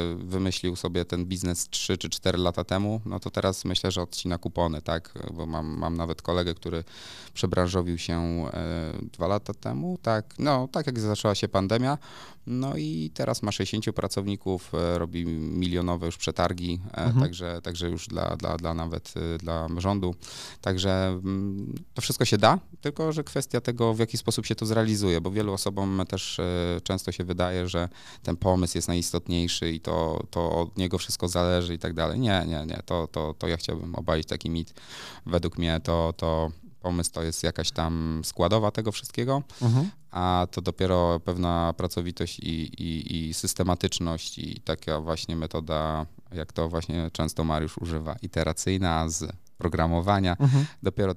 przemyślił sobie ten biznes 3 czy 4 lata temu, no to teraz myślę, że odcina kupony, tak? Bo mam nawet kolegę, który przebranżowił się 2 lata temu, tak? No, tak jak zaczęła się pandemia, no i teraz ma 60 pracowników, robi milionowe już przetargi, także już dla nawet dla rządu. Także to wszystko się da, tylko że kwestia tego, w jaki sposób się to zrealizuje, bo wielu osobom też często się wydaje, że ten pomysł jest najistotniejszy i to od niego wszystko zależy i tak dalej. Nie. To ja chciałbym obalić taki mit. Według mnie to pomysł to jest jakaś tam składowa tego wszystkiego, a to dopiero pewna pracowitość i systematyczność i taka właśnie metoda, jak to właśnie często Mariusz używa, iteracyjna z programowania, dopiero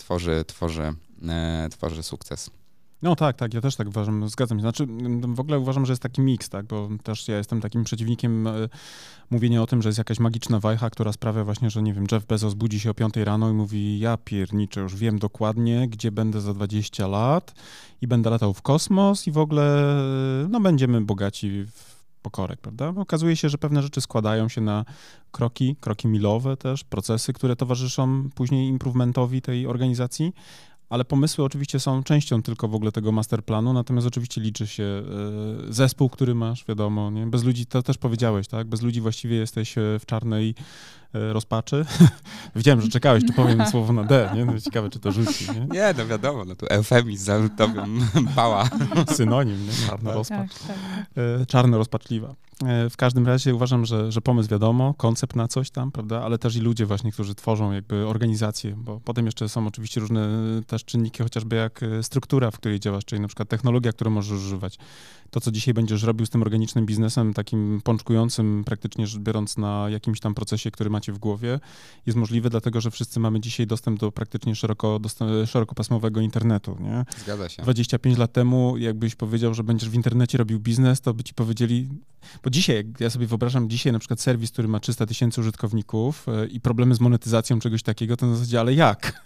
tworzy sukces. No tak, ja też tak uważam, zgadzam się. Znaczy, w ogóle uważam, że jest taki miks, tak, bo też ja jestem takim przeciwnikiem mówienia o tym, że jest jakaś magiczna wajcha, która sprawia właśnie, że nie wiem, Jeff Bezos budzi się o 5 rano i mówi, ja pierniczę, już wiem dokładnie, gdzie będę za 20 lat i będę latał w kosmos i w ogóle, no będziemy bogaci po korek, prawda? Okazuje się, że pewne rzeczy składają się na kroki milowe też, procesy, które towarzyszą później improvementowi tej organizacji, ale pomysły oczywiście są częścią tylko w ogóle tego masterplanu, natomiast oczywiście liczy się zespół, który masz, wiadomo, nie? Bez ludzi, to też powiedziałeś, tak? Bez ludzi właściwie jesteś w czarnej rozpaczy. Wiedziałem, że czekałeś, czy powiem słowo na D, nie? No, ciekawe, czy to rzuci, nie? Nie, no wiadomo, no tu eufemizm za tobą pała. Synonim, nie? Czarna rozpacz. Czarno rozpaczliwa. W każdym razie uważam, że pomysł wiadomo, koncept na coś tam, prawda, ale też i ludzie właśnie, którzy tworzą jakby organizację, bo potem jeszcze są oczywiście różne też czynniki, chociażby jak struktura, w której działasz, czyli na przykład technologia, którą możesz używać. To, co dzisiaj będziesz robił z tym organicznym biznesem, takim pączkującym praktycznie rzecz biorąc na jakimś tam procesie, który macie w głowie, jest możliwe, dlatego że wszyscy mamy dzisiaj dostęp do praktycznie szerokopasmowego internetu, nie? Zgadza się. 25 lat temu, jakbyś powiedział, że będziesz w internecie robił biznes, to by ci powiedzieli, bo dzisiaj, jak ja sobie wyobrażam dzisiaj na przykład serwis, który ma 300 000 użytkowników i problemy z monetyzacją czegoś takiego, to na zasadzie, ale jak?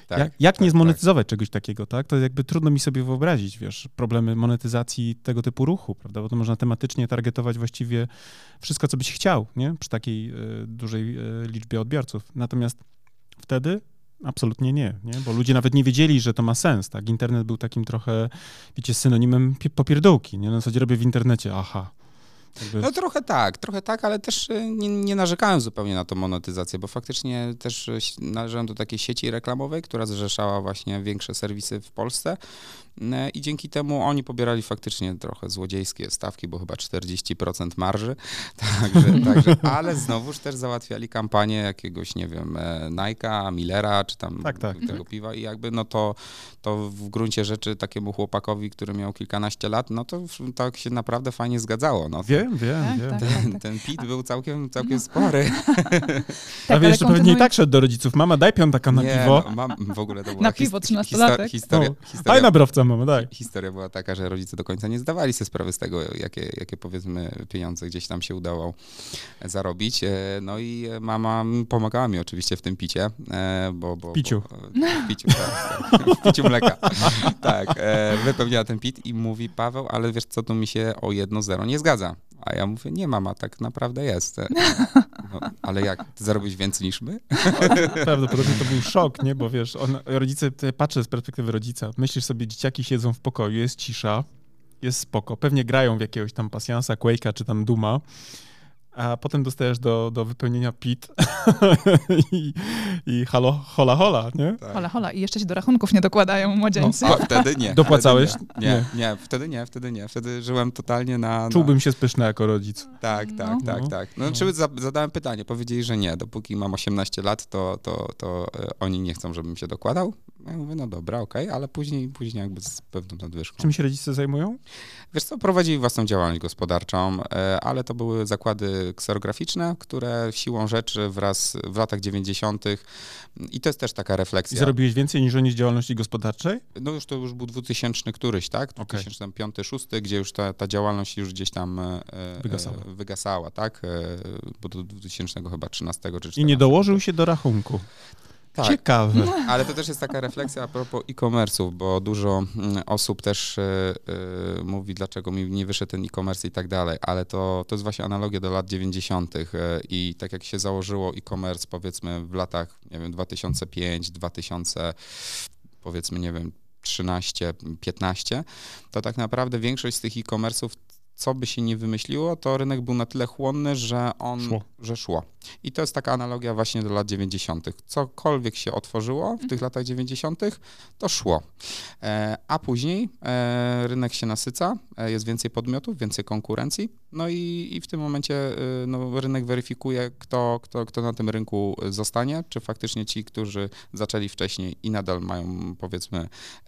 Jak nie zmonetyzować czegoś takiego, tak? To jakby trudno mi sobie wyobrazić, wiesz, problemy monetyzacji tego typu ruchu, prawda? Bo to można tematycznie targetować właściwie wszystko, co byś chciał, nie? Przy takiej dużej liczbie odbiorców. Natomiast wtedy absolutnie nie, bo ludzie nawet nie wiedzieli, że to ma sens, tak? Internet był takim trochę, wiecie, synonimem popierdółki, nie? Na zasadzie robię w internecie, aha. No trochę tak, ale też nie narzekałem zupełnie na tą monetyzację, bo faktycznie też należałem do takiej sieci reklamowej, która zrzeszała właśnie większe serwisy w Polsce i dzięki temu oni pobierali faktycznie trochę złodziejskie stawki, bo chyba 40% marży, także, ale znowuż też załatwiali kampanię jakiegoś, nie wiem, Nike'a, Millera, czy tam tego piwa i jakby no to w gruncie rzeczy takiemu chłopakowi, który miał kilkanaście lat, no to tak się naprawdę fajnie zgadzało. No. Wiem. Ten pit był całkiem spory. Prawie jeszcze pewnie i tak szedł do rodziców. Mama, daj piątaka na piwo. No, w ogóle to była na piwo 13-latek. Historia. Daj na browca, mama, daj. Historia była taka, że rodzice do końca nie zdawali sobie sprawy z tego, jakie powiedzmy pieniądze gdzieś tam się udało zarobić. No i mama pomagała mi oczywiście w tym picie. W piciu. W piciu, tak. W piciu mleka. Tak, wypełniała ten pit i mówi, Paweł, ale wiesz co, tu mi się o 1-0 nie zgadza. A ja mówię, nie mama, tak naprawdę jest. No, ale jak, ty zarobisz więcej niż my? Prawdopodobnie to był szok, nie? Bo wiesz, rodzice, patrzę z perspektywy rodzica, myślisz sobie, dzieciaki siedzą w pokoju, jest cisza, jest spoko, pewnie grają w jakiegoś tam pasjansa, Quake'a czy tam Duma, a potem dostajesz do wypełnienia PIT i hola, nie? Tak. Hola. I jeszcze się do rachunków nie dokładają młodzieńcy. No, a wtedy nie. Dopłacałeś? Nie, wtedy nie. Wtedy żyłem totalnie na... Czułbym się spyszny jako rodzic. Tak. No, znaczy zadałem pytanie, powiedzieli, że nie. Dopóki mam 18 lat, to oni nie chcą, żebym się dokładał. Ja mówię, no dobra, okej, ale później jakby z pewną nadwyżką. Czym się rodzice zajmują? Wiesz co, prowadzili własną działalność gospodarczą, ale to były zakłady kserograficzne, które siłą rzeczy w latach 90. i to jest też taka refleksja. I zarobiłeś więcej niż oni z działalności gospodarczej? No to już był 2000 któryś, tak? 2005-2006, gdzie już ta działalność już gdzieś tam wygasała, tak? Bo do 2000 chyba 13 czy 14. I nie dołożył się do rachunku. Tak. Ciekawe. Ale to też jest taka refleksja a propos e-commerce'ów, bo dużo osób też mówi, dlaczego mi nie wyszedł ten e-commerce i tak dalej, ale to jest właśnie analogia do lat 90. I tak jak się założyło e-commerce, powiedzmy w latach, nie wiem, 2005, 2000, powiedzmy, nie wiem, 13, 15, to tak naprawdę większość z tych e-commerce'ów, co by się nie wymyśliło, to rynek był na tyle chłonny, że szło. I to jest taka analogia właśnie do lat 90. Cokolwiek się otworzyło w tych latach 90., to szło. A później rynek się nasyca, jest więcej podmiotów, więcej konkurencji, no i w tym momencie rynek weryfikuje, kto na tym rynku zostanie, czy faktycznie ci, którzy zaczęli wcześniej i nadal mają, powiedzmy,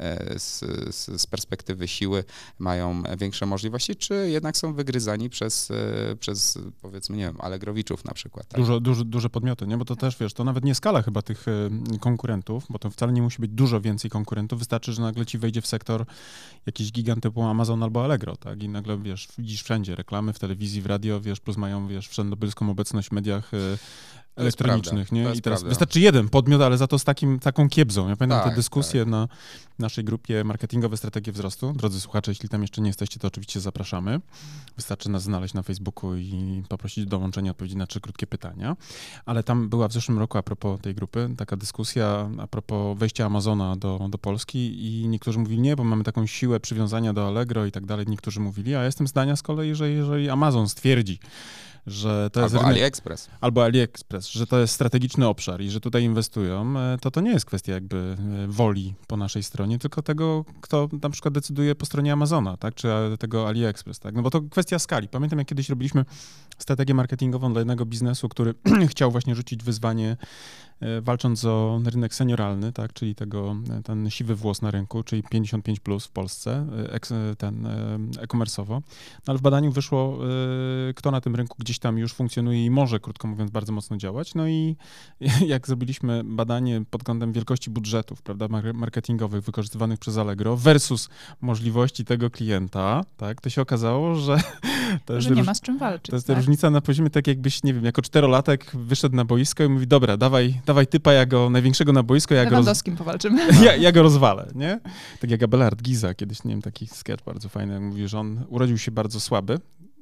z perspektywy siły, mają większe możliwości, czy jednak są wygryzani przez powiedzmy, nie wiem, Allegrowiczów na przykład. Tak? Duże podmioty, nie? Bo to też, wiesz, to nawet nie skala chyba tych konkurentów, bo to wcale nie musi być dużo więcej konkurentów, wystarczy, że nagle ci wejdzie w sektor jakiś gigant typu Amazon albo Allegro, tak? I nagle, wiesz, widzisz wszędzie reklamy w telewizji, w radio, wiesz, plus mają, wiesz, wszędobylską obecność w mediach elektronicznych, nie? I teraz wystarczy jeden podmiot, ale za to z taką kiebzą. Ja pamiętam te dyskusje na naszej grupie Marketingowe Strategie Wzrostu. Drodzy słuchacze, jeśli tam jeszcze nie jesteście, to oczywiście zapraszamy. Wystarczy nas znaleźć na Facebooku i poprosić o dołączenie odpowiedzi na 3 krótkie pytania. Ale tam była w zeszłym roku a propos tej grupy taka dyskusja a propos wejścia Amazona do Polski i niektórzy mówili nie, bo mamy taką siłę przywiązania do Allegro i tak dalej. Niektórzy mówili, a ja jestem zdania z kolei, że jeżeli Amazon stwierdzi, że to jest albo AliExpress, że to jest strategiczny obszar i że tutaj inwestują, to nie jest kwestia jakby woli po naszej stronie, tylko tego, kto na przykład decyduje po stronie Amazona, tak, czy tego AliExpress, tak, no bo to kwestia skali. Pamiętam, jak kiedyś robiliśmy strategię marketingową dla jednego biznesu, który chciał właśnie rzucić wyzwanie, walcząc o rynek senioralny, tak, czyli ten siwy włos na rynku, czyli 55+ w Polsce, e-commerce'owo. No, ale w badaniu wyszło, kto na tym rynku gdzieś tam już funkcjonuje i może, krótko mówiąc, bardzo mocno działać. No i jak zrobiliśmy badanie pod kątem wielkości budżetów, prawda, marketingowych wykorzystywanych przez Allegro versus możliwości tego klienta, tak, to się okazało, że nie ma z czym walczyć. To jest ta różnica na poziomie tak jakbyś, nie wiem, jako 4-latek wyszedł na boisko i mówi, dobra, dawaj typa, największego na boisko, Lewandowskim powalczymy. Ja go rozwalę, nie? Tak jak Abelard Giza, kiedyś, nie wiem, taki sketch bardzo fajny, jak mówi, że on urodził się bardzo słaby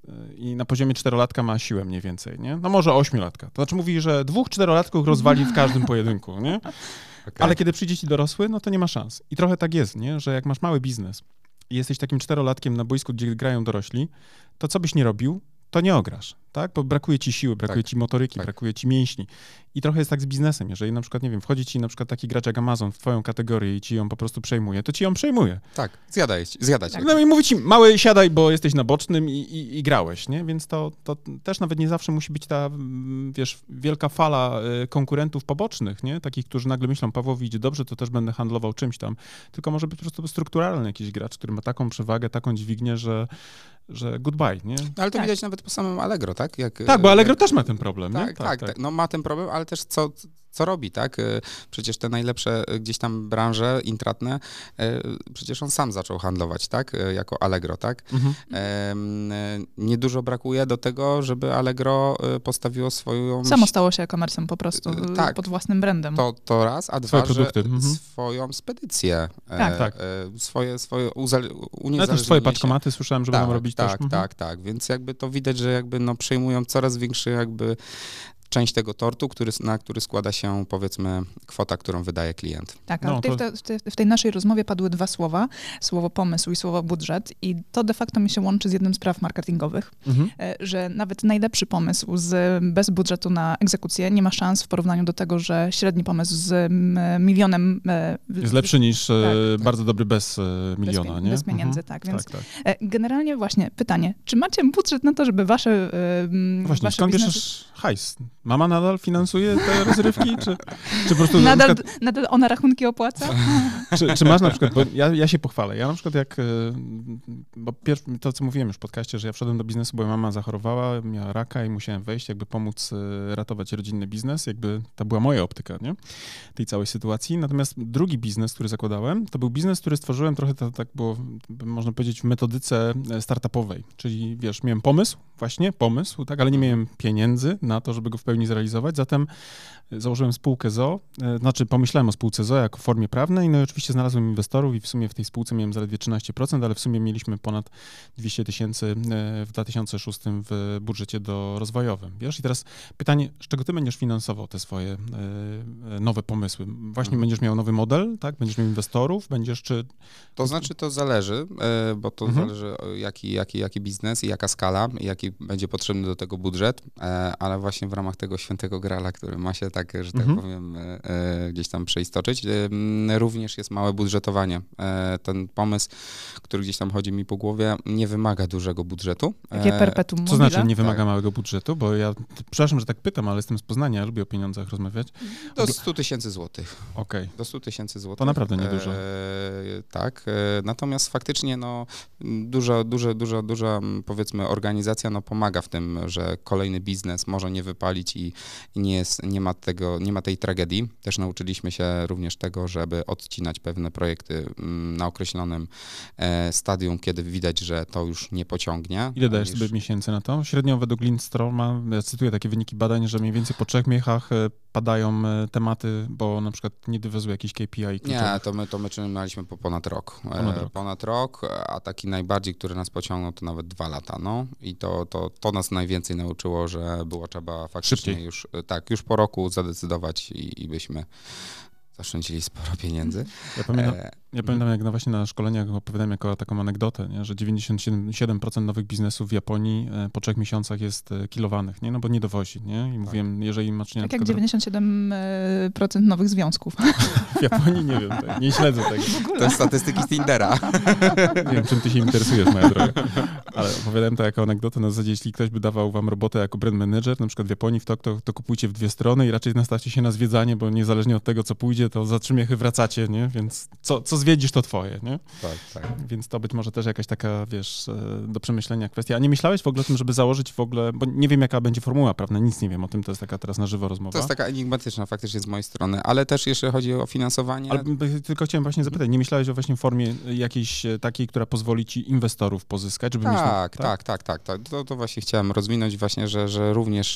i na poziomie 4-latka ma siłę mniej więcej, nie? No może 8-latka. To znaczy mówi, że 2-4-latków rozwali w każdym pojedynku, nie? Okay. Ale kiedy przyjdzie ci dorosły, no to nie ma szans. I trochę tak jest, nie? Że jak masz mały biznes i jesteś takim 4-latkiem na boisku, gdzie grają dorośli, to co byś nie robił, to nie ograsz, tak? Bo brakuje ci siły, brakuje ci motoryki, brakuje ci mięśni. I trochę jest tak z biznesem. Jeżeli na przykład, nie wiem, wchodzi ci na przykład taki gracz jak Amazon w twoją kategorię i ci ją po prostu przejmuje, to ci ją przejmuje. Tak, zjadać. Tak, no i mówi ci, mały, siadaj, bo jesteś na bocznym i grałeś, nie? Więc to też nawet nie zawsze musi być ta, wiesz, wielka fala konkurentów pobocznych, nie? Takich, którzy nagle myślą, Pawłowi idzie dobrze, to też będę handlował czymś tam. Tylko może być po prostu strukturalny jakiś gracz, który ma taką przewagę, taką dźwignię, że goodbye, nie? No, ale to widać nawet po samym Allegro, tak? Tak, bo Allegro też ma ten problem, nie? Tak. No ma ten problem, ale też co robi, tak? Przecież te najlepsze gdzieś tam branże intratne, przecież on sam zaczął handlować, tak? Jako Allegro, tak? Niedużo brakuje do tego, żeby Allegro postawiło swoją... Samo stało się e-commerce'em po prostu, pod własnym brandem. To raz, a dwa, że swoją spedycję, swoje uniezależnienie. Ale też swoje paczkomaty słyszałem, że będą robić też. Tak. Więc jakby to widać, że jakby przejmują coraz większy jakby część tego tortu, na który składa się, powiedzmy, kwota, którą wydaje klient. Tak, ale w tej naszej rozmowie padły 2 słowa, słowo pomysł i słowo budżet i to de facto mi się łączy z jednym z praw marketingowych, że nawet najlepszy pomysł bez budżetu na egzekucję nie ma szans w porównaniu do tego, że średni pomysł z milionem... jest lepszy niż bardzo dobry bez miliona, nie? Bez pieniędzy, tak. Więc generalnie właśnie pytanie, czy macie budżet na to, żeby wasze Właśnie, skąd bierzesz hajs? Mama nadal finansuje te rozrywki? Czy po prostu... Nadal ona rachunki opłaca? Czy masz na przykład, bo ja się pochwalę, ja na przykład bo to co mówiłem już w podcaście, że ja wszedłem do biznesu, bo mama zachorowała, miała raka i musiałem wejść, jakby pomóc ratować rodzinny biznes, jakby to była moja optyka, nie? Tej całej sytuacji. Natomiast drugi biznes, który zakładałem, to był biznes, który stworzyłem trochę tak było, można powiedzieć, w metodyce startupowej, czyli wiesz, miałem pomysł, tak, ale nie miałem pieniędzy na to, żeby go w pełni zrealizować. Zatem założyłem spółkę ZOO, znaczy pomyślałem o spółce ZOO jako formie prawnej, no i oczywiście znalazłem inwestorów i w sumie w tej spółce miałem zaledwie 13%, ale w sumie mieliśmy ponad 200 000 w 2006 w budżecie rozwojowym. Wiesz, i teraz pytanie, z czego ty będziesz finansował te swoje nowe pomysły? Właśnie będziesz miał nowy model, tak? Będziesz miał inwestorów, To znaczy, to zależy, bo to zależy jaki biznes i jaka skala i jaki będzie potrzebny do tego budżet, ale właśnie w ramach tego świętego grala, który ma się tak, że tak powiem, gdzieś tam przeistoczyć, również jest małe budżetowanie. Ten pomysł, który gdzieś tam chodzi mi po głowie, nie wymaga dużego budżetu. Jakie perpetuum mobile? Co znaczy nie wymaga małego budżetu? Bo ja, przepraszam, że tak pytam, ale jestem z Poznania, lubię o pieniądzach rozmawiać. Do 100 000 złotych. Okej. Do 100 000 złotych. To naprawdę niedużo. Tak, natomiast faktycznie duża powiedzmy organizacja pomaga w tym, że kolejny biznes może nie wypalić i nie ma tej tragedii. Też nauczyliśmy się również tego, żeby odcinać pewne projekty na określonym stadium, kiedy widać, że to już nie pociągnie. Ile dajesz sobie miesięcy na to? Średnio według Lindströma, ja cytuję takie wyniki badań, że mniej więcej po 3 miechach padają tematy, bo na przykład nie dowiozły jakiś KPI kluczowych. Nie, to my trzymaliśmy po ponad rok. Ponad rok, a taki najbardziej, który nas pociągnął, to nawet 2 lata. No. I to nas najwięcej nauczyło, że było trzeba faktycznie już po roku zadecydować i byśmy zaszczędzili sporo pieniędzy. Ja pamiętam, jak właśnie na szkoleniach opowiadałem jako taką anegdotę, nie, że 97% nowych biznesów w Japonii po 3 miesiącach jest kilowanych, nie? No bo nie dowozi, nie? I mówiłem, jeżeli masz... Tak jak 97% nowych związków. W Japonii nie wiem, nie śledzę tego. To jest statystyki z Tindera. Nie wiem, czym ty się interesujesz, moja droga. Ale opowiadałem to jako anegdotę na zasadzie, jeśli ktoś by dawał wam robotę jako brand manager, na przykład w Japonii, to kupujcie w 2 strony i raczej nastawcie się na zwiedzanie, bo niezależnie od tego, co pójdzie, to za 3 miechy wracacie, nie? Więc co zwiedzisz, to twoje, nie? Tak. Więc to być może też jakaś taka, wiesz, do przemyślenia kwestia. A nie myślałeś w ogóle o tym, żeby założyć w ogóle, bo nie wiem, jaka będzie formuła prawna, nic nie wiem o tym, to jest taka teraz na żywo rozmowa. To jest taka enigmatyczna faktycznie z mojej strony, ale też jeśli chodzi o finansowanie... Ale tylko chciałem właśnie zapytać, nie myślałeś o właśnie formie jakiejś takiej, która pozwoli ci inwestorów pozyskać, żeby Tak. To właśnie chciałem rozwinąć właśnie, że również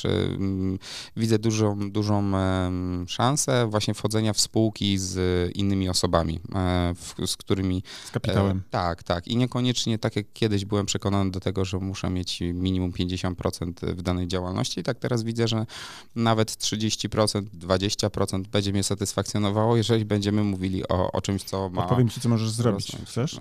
widzę dużą szansę właśnie wchodzenia w spółki z innymi osobami, z którymi... Z kapitałem. Tak. I niekoniecznie tak jak kiedyś byłem przekonany do tego, że muszę mieć minimum 50% w danej działalności. Tak teraz widzę, że nawet 30%, 20% będzie mnie satysfakcjonowało, jeżeli będziemy mówili o czymś, co ma... Powiem ci, co możesz zrobić. Chcesz?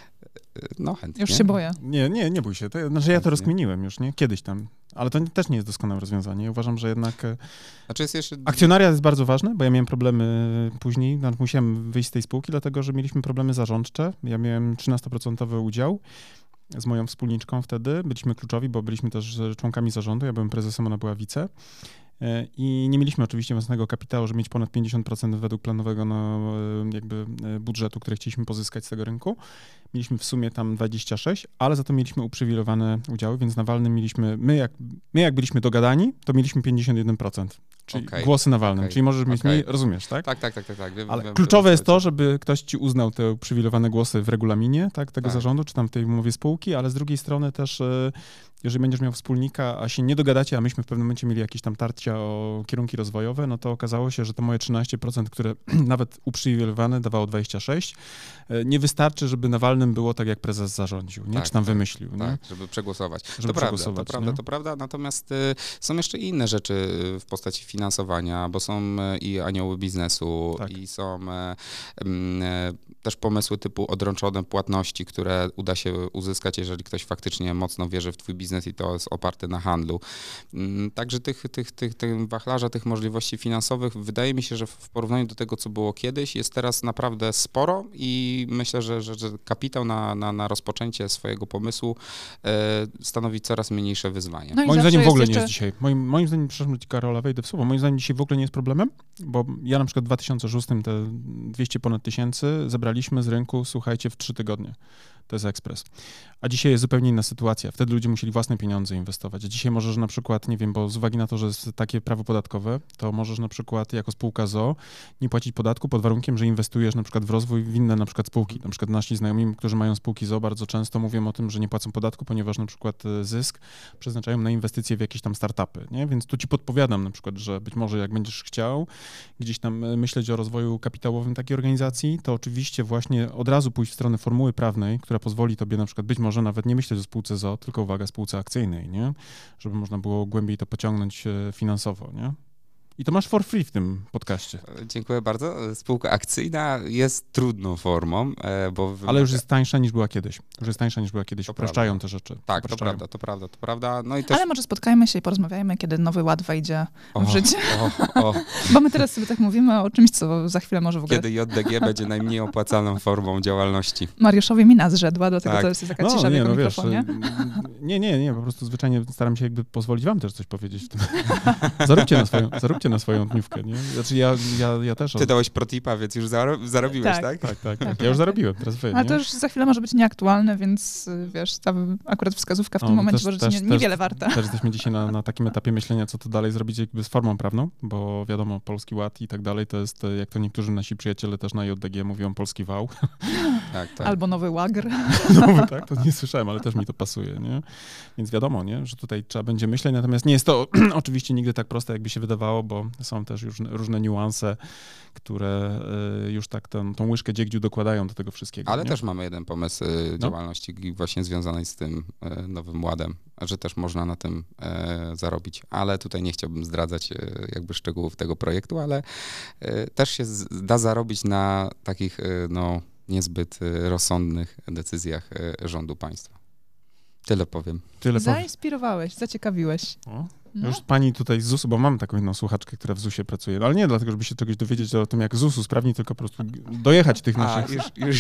No chętnie. Już się boję. Nie bój się. Ja to rozkminiłem już, nie? Kiedyś tam. Ale to też nie jest doskonałe rozwiązanie. Ja uważam, że jednak jest jeszcze... akcjonariat jest bardzo ważny, bo ja miałem problemy później. Musiałem wyjść z tej spółki, dlatego że mieliśmy problemy zarządcze. Ja miałem 13% udział z moją wspólniczką wtedy. Byliśmy kluczowi, bo byliśmy też członkami zarządu. Ja byłem prezesem, ona była wice. I nie mieliśmy oczywiście własnego kapitału, żeby mieć ponad 50% według planowego jakby budżetu, który chcieliśmy pozyskać z tego rynku. Mieliśmy w sumie tam 26, ale za to mieliśmy uprzywilejowane udziały, więc na walnym mieliśmy, my jak byliśmy dogadani, to mieliśmy 51%, czyli głosy na walnym, czyli możesz mieć mniej, rozumiesz, tak? Tak. Ale kluczowe jest to, żeby ktoś ci uznał te uprzywilejowane głosy w regulaminie, tak, tego zarządu, czy tam w tej umowie spółki, ale z drugiej strony też jeżeli będziesz miał wspólnika, a się nie dogadacie, a myśmy w pewnym momencie mieli jakieś tam tarcia o kierunki rozwojowe, no to okazało się, że to moje 13%, które nawet uprzywilejowane dawało 26, nie wystarczy, żeby na walnym było tak, jak prezes zarządził, nie? Czy tam wymyślił. Tak, nie? żeby przegłosować. To prawda. Natomiast są jeszcze inne rzeczy w postaci finansowania, bo są i anioły biznesu, i są też pomysły typu odręczone płatności, które uda się uzyskać, jeżeli ktoś faktycznie mocno wierzy w twój biznes i to jest oparte na handlu. Także tych wachlarza, tych możliwości finansowych, wydaje mi się, że w porównaniu do tego, co było kiedyś, jest teraz naprawdę sporo i myślę, że kapitał na rozpoczęcie swojego pomysłu stanowi coraz mniejsze wyzwanie. No moim zdaniem w ogóle nie jest dzisiaj. Moim zdaniem, przepraszam, Karola, wejdę w słowo, moim zdaniem dzisiaj w ogóle nie jest problemem, bo ja na przykład w 2006 te 200 ponad tysięcy zebraliśmy z rynku, słuchajcie, w 3 tygodnie. to jest ekspres. A dzisiaj jest zupełnie inna sytuacja. Wtedy ludzie musieli własne pieniądze inwestować. A dzisiaj możesz na przykład, nie wiem, bo z uwagi na to, że jest takie prawo podatkowe, to możesz na przykład jako spółka z o.o. nie płacić podatku pod warunkiem, że inwestujesz na przykład w rozwój w inne na przykład spółki. Na przykład nasi znajomi, którzy mają spółki z o.o. bardzo często mówią o tym, że nie płacą podatku, ponieważ na przykład zysk przeznaczają na inwestycje w jakieś tam startupy, nie? Więc tu ci podpowiadam na przykład, że być może jak będziesz chciał gdzieś tam myśleć o rozwoju kapitałowym takiej organizacji, to oczywiście właśnie od razu pójść w stronę formuły prawnej, która pozwoli tobie na przykład być może nawet nie myśleć o spółce z o.o., tylko uwaga, spółce akcyjnej, nie? Żeby można było głębiej to pociągnąć finansowo, nie? I to masz for free w tym podcaście. Dziękuję bardzo. Spółka akcyjna jest trudną formą, bo... wymaga... Ale już jest tańsza niż była kiedyś. Już jest tańsza niż była kiedyś. To Upraszczają prawda. te rzeczy. Tak, Upraszczają. to prawda. No i też... Ale może spotkajmy się i porozmawiajmy, kiedy Nowy Ład wejdzie w życie. O. Bo my teraz sobie tak mówimy o czymś, co za chwilę może w ogóle... Kiedy JDG będzie najmniej opłacalną formą działalności. Mariuszowi mina zrzedła, dlatego Tak. to jest taka cisza w jego mikrofonie. Nie, po prostu zwyczajnie staram się jakby pozwolić wam też coś powiedzieć w tym. Zaróbcie na swoją dniówkę, nie? Znaczy ja też... Ty dałeś protipa, więc już zarobiłeś, tak? Tak. Ja już zarobiłem, teraz wy, Ale nie? to już za chwilę może być nieaktualne, więc wiesz, ta akurat wskazówka w tym momencie może być niewiele warta. Też jesteśmy dzisiaj na takim etapie myślenia, co to dalej zrobić jakby z formą prawną, bo wiadomo, Polski Ład i tak dalej, to jest, jak to niektórzy nasi przyjaciele też na JDG mówią, polski wał. Tak. Albo nowy łagr. No, tak, to nie słyszałem, ale też mi to pasuje, nie? Więc wiadomo, nie, że tutaj trzeba będzie myśleć, natomiast nie jest to oczywiście nigdy tak proste, jakby się wydawało, bo są też już różne niuanse, które już tak tą łyżkę dziegdziu dokładają do tego wszystkiego. Ale nie? też mamy jeden pomysł działalności właśnie związanej z tym Nowym Ładem, że też można na tym zarobić, ale tutaj nie chciałbym zdradzać jakby szczegółów tego projektu, ale też się da zarobić na takich niezbyt rozsądnych decyzjach rządu państwa. Tyle powiem. Zainspirowałeś, zaciekawiłeś. Już pani tutaj z ZUS-u, bo mam taką jedną słuchaczkę, która w ZUS-ie pracuje, ale nie dlatego, żeby się czegoś dowiedzieć o tym, jak ZUS usprawni, tylko po prostu dojechać tych naszych...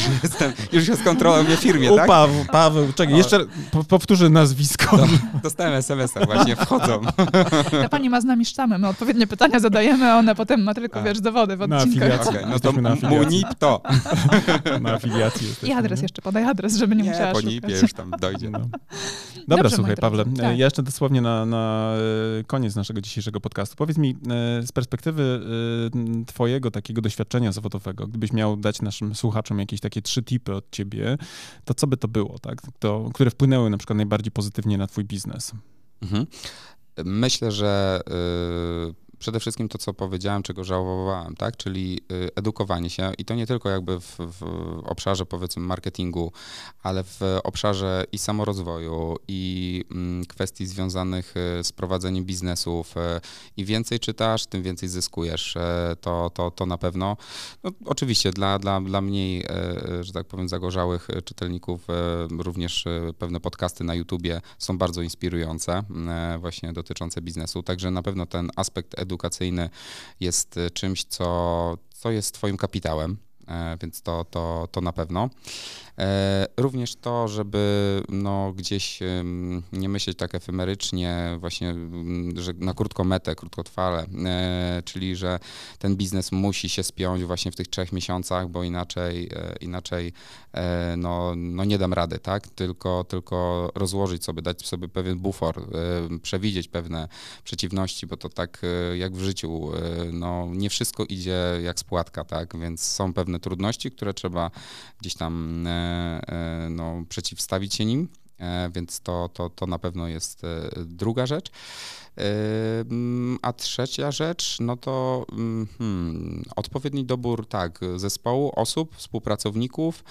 Już jest kontrola w firmie, tak? Paweł, czekaj, jeszcze powtórzę nazwisko. Dostałem SMS-a, właśnie wchodzą. Ta pani ma z nami sztamę, my odpowiednie pytania zadajemy, a ona potem ma tylko, dowody w odcinkach. Okay, no to MUNIP to. Na afiliacji jesteśmy. I adres jeszcze, podaj adres, żeby nie musiała po szukać. NIP-ie już tam dojdzie. Dobra, Dobrze, słuchaj, Pawle, tak. ja jeszcze dosłownie na koniec naszego dzisiejszego podcastu. Powiedz mi, z perspektywy twojego takiego doświadczenia zawodowego, gdybyś miał dać naszym słuchaczom jakieś takie 3 tipy od ciebie, to co by to było, tak? Które wpłynęły na przykład najbardziej pozytywnie na twój biznes? Myślę, że przede wszystkim to, co powiedziałem, czego żałowałem, tak? Czyli edukowanie się i to nie tylko jakby w obszarze, powiedzmy, marketingu, ale w obszarze i samorozwoju, i kwestii związanych z prowadzeniem biznesów. Im więcej czytasz, tym więcej zyskujesz. To na pewno. No, oczywiście dla mniej, że tak powiem, zagorzałych czytelników również pewne podcasty na YouTubie są bardzo inspirujące, właśnie dotyczące biznesu. Także na pewno ten aspekt edukacyjny jest czymś, co jest twoim kapitałem, więc to na pewno. Również to, żeby gdzieś nie myśleć tak efemerycznie, właśnie, że na krótką metę, krótkotrwale, czyli że ten biznes musi się spiąć właśnie w tych 3 miesiącach, bo inaczej nie dam rady, tak? Tylko rozłożyć sobie, dać sobie pewien bufor, przewidzieć pewne przeciwności, bo to tak jak w życiu, nie wszystko idzie jak z płatka, tak? Więc są pewne trudności, które trzeba gdzieś tam przeciwstawić się nim, więc to na pewno jest druga rzecz. A trzecia rzecz, to odpowiedni dobór, tak, zespołu, osób, współpracowników,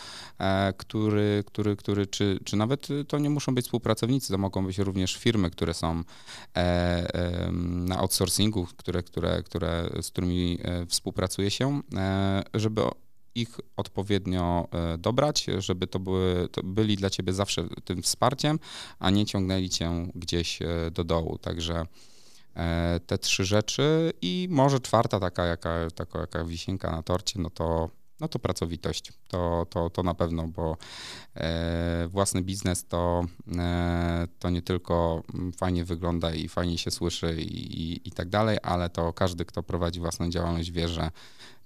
czy nawet to nie muszą być współpracownicy, to mogą być również firmy, które są na outsourcingu, z którymi współpracuje się, żeby ich odpowiednio dobrać, żeby to byli dla ciebie zawsze tym wsparciem, a nie ciągnęli cię gdzieś do dołu. Także te 3 rzeczy i może 4, taka wisienka na torcie, to pracowitość. To na pewno, bo własny biznes to nie tylko fajnie wygląda i fajnie się słyszy i tak dalej, ale to każdy, kto prowadzi własną działalność, wie, że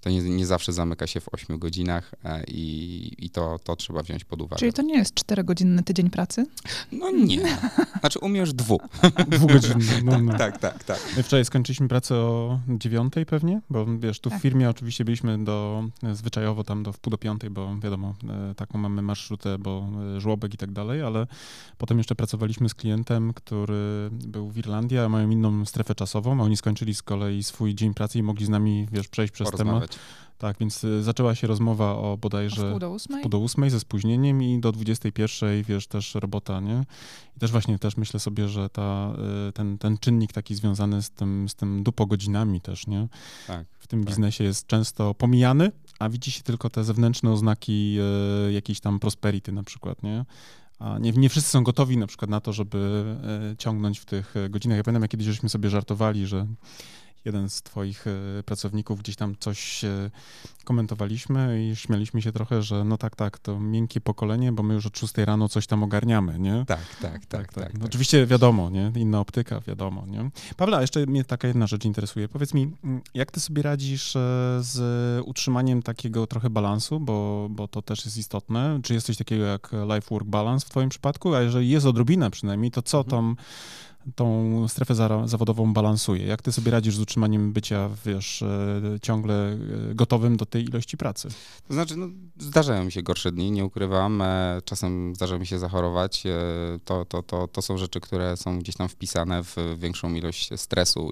to nie zawsze zamyka się w 8 godzinach i to trzeba wziąć pod uwagę. Czyli to nie jest 4-godzinny tydzień pracy? No nie. Znaczy umiesz 2. 2-godzinny. No. Tak. My wczoraj skończyliśmy pracę o 9 pewnie, bo wiesz, tu w firmie oczywiście byliśmy zwyczajowo tam do 4:30, bo wiadomo, taką mamy marszrutę, bo żłobek i tak dalej, ale potem jeszcze pracowaliśmy z klientem, który był w Irlandii, a mają inną strefę czasową, a oni skończyli z kolei swój dzień pracy i mogli z nami, wiesz, przejść przez temat. Tak, więc zaczęła się rozmowa o bodajże o wpół do 8 ze spóźnieniem i do 21, wiesz, też robota, nie? I też właśnie myślę sobie, że ten czynnik taki związany z tym dupogodzinami też, nie? Tak, w tym biznesie jest często pomijany, a widzi się tylko te zewnętrzne oznaki jakiejś tam prosperity na przykład, nie? A nie wszyscy są gotowi na przykład na to, żeby ciągnąć w tych godzinach. Ja pamiętam, jak kiedyś żeśmy sobie żartowali, że jeden z twoich pracowników gdzieś tam coś komentowaliśmy i śmialiśmy się trochę, że no tak, to miękkie pokolenie, bo my już od 6 rano coś tam ogarniamy, nie? Tak. No, oczywiście wiadomo, nie? Inna optyka, wiadomo, nie? Pawle, jeszcze mnie taka jedna rzecz interesuje. Powiedz mi, jak ty sobie radzisz z utrzymaniem takiego trochę balansu, bo to też jest istotne. Czy jest coś takiego jak life-work balance w twoim przypadku? A jeżeli jest odrobina przynajmniej, to co tą strefę zawodową balansuje? Jak ty sobie radzisz z utrzymaniem bycia, wiesz, ciągle gotowym do tej ilości pracy? To znaczy, no, zdarzają mi się gorsze dni, nie ukrywam. Czasem zdarza mi się zachorować. To są rzeczy, które są gdzieś tam wpisane w większą ilość stresu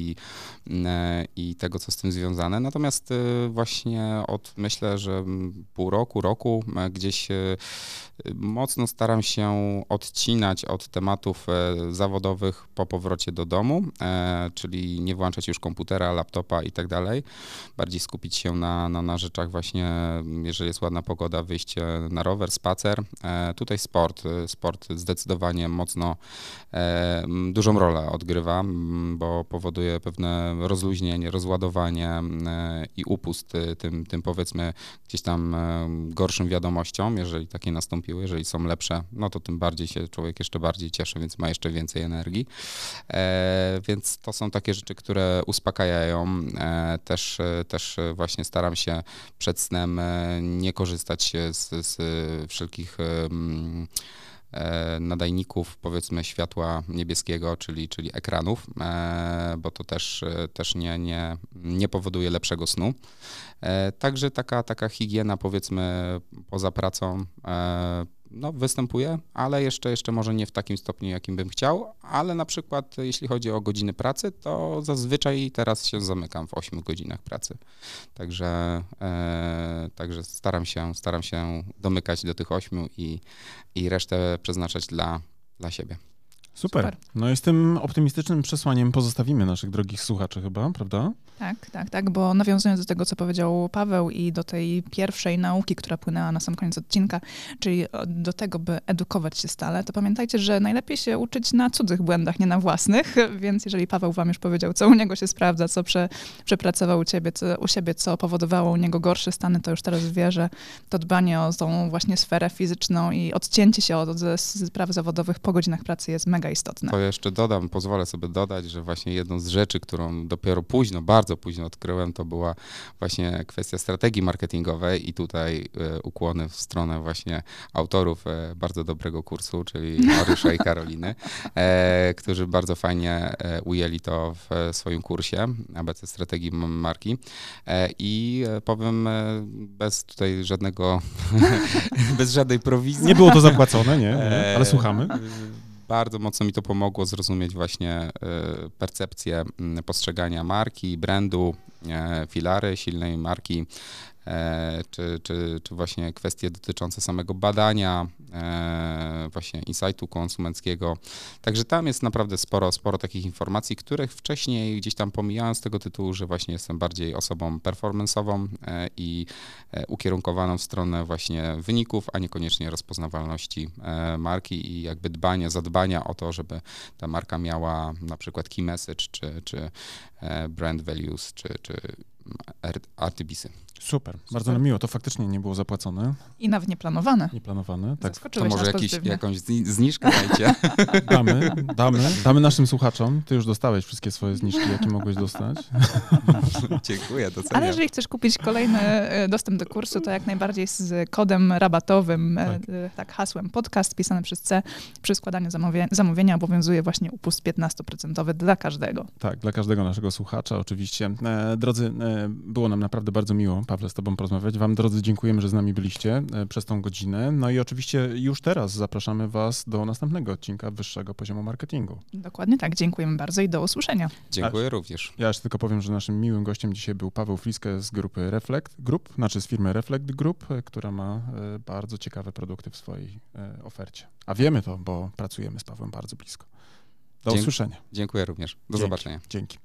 i tego, co z tym związane. Natomiast właśnie myślę, że pół roku gdzieś mocno staram się odcinać od tematów zawodowych po powrocie do domu, czyli nie włączać już komputera, laptopa i tak dalej. Bardziej skupić się na rzeczach właśnie, jeżeli jest ładna pogoda, wyjście na rower, spacer. Tutaj sport zdecydowanie mocno dużą rolę odgrywa, bo powoduje pewne rozluźnienie, rozładowanie i upust tym powiedzmy gdzieś tam gorszym wiadomościom, jeżeli takie nastąpiły, jeżeli są lepsze, no to tym bardziej się człowiek jeszcze bardziej cieszy, więc ma jeszcze więcej energii. Więc to są takie rzeczy, które uspokajają. Też właśnie staram się przed snem nie korzystać z wszelkich nadajników, powiedzmy światła niebieskiego, czyli ekranów, bo to też nie powoduje lepszego snu. Także taka higiena, powiedzmy, poza pracą no, występuje, ale jeszcze może nie w takim stopniu, jakim bym chciał, ale na przykład jeśli chodzi o godziny pracy, to zazwyczaj teraz się zamykam w 8 godzinach pracy. Także staram się domykać do tych 8 i resztę przeznaczać dla siebie. Super. No i z tym optymistycznym przesłaniem pozostawimy naszych drogich słuchaczy chyba, prawda? Tak, bo nawiązując do tego, co powiedział Paweł i do tej pierwszej nauki, która płynęła na sam koniec odcinka, czyli do tego, by edukować się stale, to pamiętajcie, że najlepiej się uczyć na cudzych błędach, nie na własnych, więc jeżeli Paweł wam już powiedział, co u niego się sprawdza, co przepracował u siebie, co powodowało u niego gorsze stany, to już teraz wie, że to dbanie o tą właśnie sferę fizyczną i odcięcie się od spraw zawodowych po godzinach pracy jest mega istotne. To jeszcze pozwolę sobie dodać, że właśnie jedną z rzeczy, którą dopiero bardzo późno odkryłem, to była właśnie kwestia strategii marketingowej i tutaj ukłony w stronę właśnie autorów bardzo dobrego kursu, czyli Mariusza i Karoliny, którzy bardzo fajnie ujęli to w swoim kursie ABC Strategii Marki i powiem bez tutaj bez żadnej prowizji. Nie było to zapłacone, nie? Ale słuchamy. Bardzo mocno mi to pomogło zrozumieć właśnie percepcję postrzegania marki, brandu, filary silnej marki, czy właśnie kwestie dotyczące samego badania, właśnie insightu konsumenckiego. Także tam jest naprawdę sporo takich informacji, których wcześniej gdzieś tam pomijałem z tego tytułu, że właśnie jestem bardziej osobą performance'ową i ukierunkowaną w stronę właśnie wyników, a niekoniecznie rozpoznawalności marki i jakby zadbania o to, żeby ta marka miała na przykład key message, czy brand values, czy Artybisy. Super, bardzo nam miło. To faktycznie nie było zapłacone. I nawet nieplanowane. Nieplanowane, tak. To może jakąś zniżkę dajcie. Damy naszym słuchaczom. Ty już dostałeś wszystkie swoje zniżki, jakie mogłeś dostać. Dziękuję, doceniam. Ale jeżeli chcesz kupić kolejny dostęp do kursu, to jak najbardziej z kodem rabatowym, hasłem podcast pisane przez C, przy składaniu zamówienia obowiązuje właśnie upust 15% dla każdego. Tak, dla każdego naszego słuchacza oczywiście. Drodzy, było nam naprawdę bardzo miło, Pawle, z tobą porozmawiać. Wam, drodzy, dziękujemy, że z nami byliście przez tą godzinę. No i oczywiście już teraz zapraszamy was do następnego odcinka Wyższego Poziomu Marketingu. Dokładnie tak, dziękujemy bardzo i do usłyszenia. Dziękuję również. Ja jeszcze tylko powiem, że naszym miłym gościem dzisiaj był Paweł Friskę z grupy Reflect Group, znaczy z firmy Reflect Group, która ma bardzo ciekawe produkty w swojej ofercie. A wiemy to, bo pracujemy z Pawłem bardzo blisko. Do usłyszenia. Dziękuję również. Do zobaczenia. Dzięki.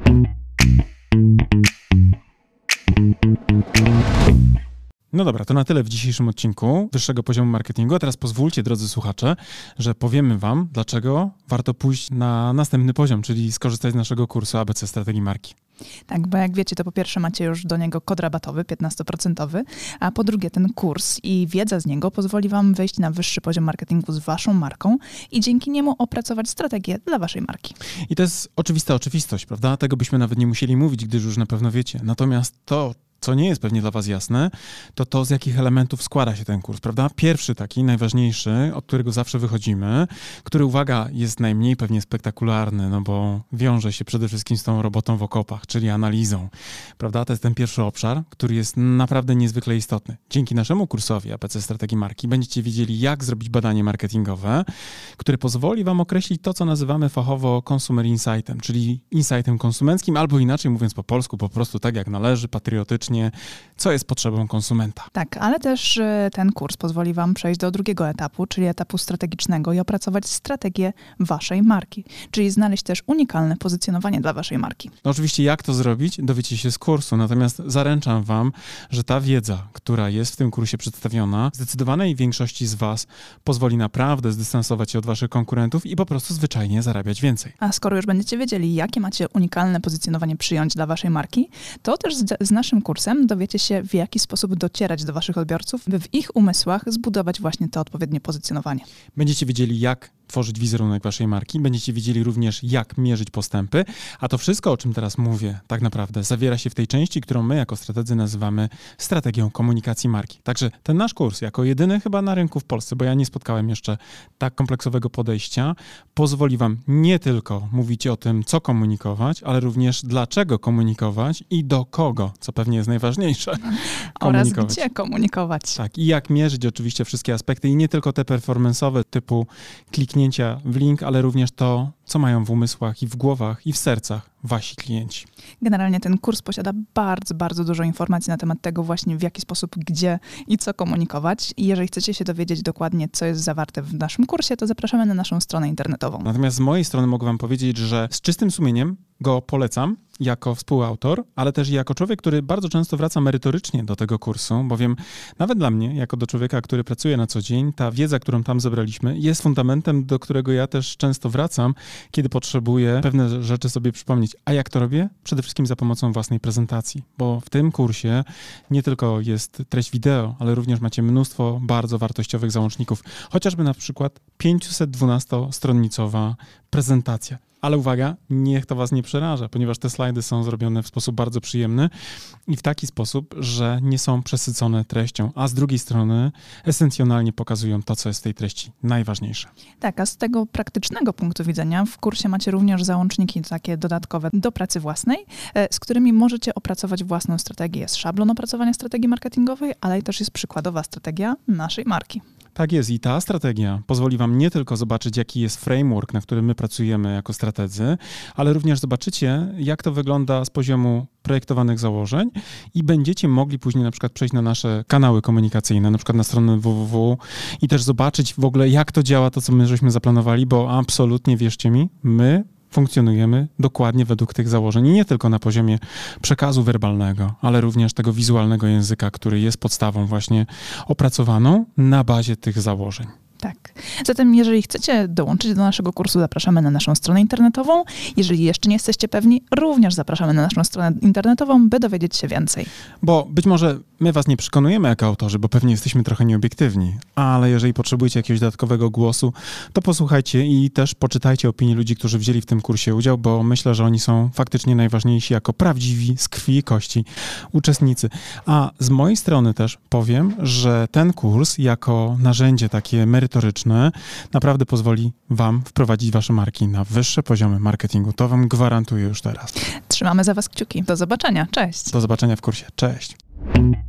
No dobra, to na tyle w dzisiejszym odcinku Wyższego Poziomu Marketingu. A teraz pozwólcie, drodzy słuchacze, że powiemy wam, dlaczego warto pójść na następny poziom, czyli skorzystać z naszego kursu ABC Strategii Marki. Tak, bo jak wiecie, to po pierwsze macie już do niego kod rabatowy 15%, a po drugie ten kurs i wiedza z niego pozwoli wam wejść na wyższy poziom marketingu z waszą marką i dzięki niemu opracować strategię dla waszej marki. I to jest oczywista oczywistość, prawda? Tego byśmy nawet nie musieli mówić, gdyż już na pewno wiecie. Natomiast to, co nie jest pewnie dla was jasne, to z jakich elementów składa się ten kurs, prawda? Pierwszy taki, najważniejszy, od którego zawsze wychodzimy, który, uwaga, jest najmniej pewnie spektakularny, no bo wiąże się przede wszystkim z tą robotą w okopach, czyli analizą, prawda? To jest ten pierwszy obszar, który jest naprawdę niezwykle istotny. Dzięki naszemu kursowi ABC Strategii Marki będziecie wiedzieli, jak zrobić badanie marketingowe, które pozwoli wam określić to, co nazywamy fachowo consumer insightem, czyli insightem konsumenckim, albo inaczej mówiąc po polsku, po prostu tak jak należy, patriotycznie, co jest potrzebą konsumenta. Tak, ale też ten kurs pozwoli wam przejść do drugiego etapu, czyli etapu strategicznego i opracować strategię waszej marki, czyli znaleźć też unikalne pozycjonowanie dla waszej marki. No oczywiście jak to zrobić, dowiecie się z kursu, natomiast zaręczam wam, że ta wiedza, która jest w tym kursie przedstawiona, zdecydowanej większości z was pozwoli naprawdę zdystansować się od waszych konkurentów i po prostu zwyczajnie zarabiać więcej. A skoro już będziecie wiedzieli, jakie macie unikalne pozycjonowanie przyjąć dla waszej marki, to też z naszym kursem dowiecie się, w jaki sposób docierać do waszych odbiorców, by w ich umysłach zbudować właśnie to odpowiednie pozycjonowanie. Będziecie wiedzieli, jak tworzyć wizerunek waszej marki, będziecie wiedzieli również, jak mierzyć postępy, a to wszystko, o czym teraz mówię, tak naprawdę zawiera się w tej części, którą my jako strategzy nazywamy strategią komunikacji marki. Także ten nasz kurs, jako jedyny chyba na rynku w Polsce, bo ja nie spotkałem jeszcze tak kompleksowego podejścia, pozwoli wam nie tylko mówić o tym, co komunikować, ale również dlaczego komunikować i do kogo, co pewnie jest najważniejsze. Oraz gdzie komunikować. Tak, i jak mierzyć oczywiście wszystkie aspekty i nie tylko te performance'owe typu kliknięcia w link, ale również to, co mają w umysłach i w głowach i w sercach wasi klienci. Generalnie ten kurs posiada bardzo, bardzo dużo informacji na temat tego właśnie, w jaki sposób, gdzie i co komunikować. I jeżeli chcecie się dowiedzieć dokładnie, co jest zawarte w naszym kursie, to zapraszamy na naszą stronę internetową. Natomiast z mojej strony mogę wam powiedzieć, że z czystym sumieniem go polecam jako współautor, ale też jako człowiek, który bardzo często wraca merytorycznie do tego kursu, bowiem nawet dla mnie, jako do człowieka, który pracuje na co dzień, ta wiedza, którą tam zebraliśmy, jest fundamentem, do którego ja też często wracam, kiedy potrzebuję pewne rzeczy sobie przypomnieć. A jak to robię? Przede wszystkim za pomocą własnej prezentacji, bo w tym kursie nie tylko jest treść wideo, ale również macie mnóstwo bardzo wartościowych załączników, chociażby na przykład 512-stronnicowa prezentacja. Ale uwaga, niech to was nie przeraża, ponieważ te slajdy są zrobione w sposób bardzo przyjemny i w taki sposób, że nie są przesycone treścią, a z drugiej strony esencjonalnie pokazują to, co jest w tej treści najważniejsze. Tak, a z tego praktycznego punktu widzenia w kursie macie również załączniki takie dodatkowe do pracy własnej, z którymi możecie opracować własną strategię. Jest szablon opracowania strategii marketingowej, ale też jest przykładowa strategia naszej marki. Tak jest i ta strategia pozwoli wam nie tylko zobaczyć, jaki jest framework, na którym my pracujemy jako strategzy, ale również zobaczycie, jak to wygląda z poziomu projektowanych założeń i będziecie mogli później na przykład przejść na nasze kanały komunikacyjne, na przykład na stronę www i też zobaczyć w ogóle, jak to działa, to co my żeśmy zaplanowali, bo absolutnie, wierzcie mi, my funkcjonujemy dokładnie według tych założeń i nie tylko na poziomie przekazu werbalnego, ale również tego wizualnego języka, który jest podstawą właśnie opracowaną na bazie tych założeń. Tak. Zatem jeżeli chcecie dołączyć do naszego kursu, zapraszamy na naszą stronę internetową. Jeżeli jeszcze nie jesteście pewni, również zapraszamy na naszą stronę internetową, by dowiedzieć się więcej. Bo być może my was nie przekonujemy jako autorzy, bo pewnie jesteśmy trochę nieobiektywni, ale jeżeli potrzebujecie jakiegoś dodatkowego głosu, to posłuchajcie i też poczytajcie opinie ludzi, którzy wzięli w tym kursie udział, bo myślę, że oni są faktycznie najważniejsi jako prawdziwi, z krwi i kości uczestnicy. A z mojej strony też powiem, że ten kurs jako narzędzie takie merytoryczne naprawdę pozwoli wam wprowadzić wasze marki na wyższe poziomy marketingu. To wam gwarantuję już teraz. Trzymamy za was kciuki. Do zobaczenia. Cześć. Do zobaczenia w kursie. Cześć.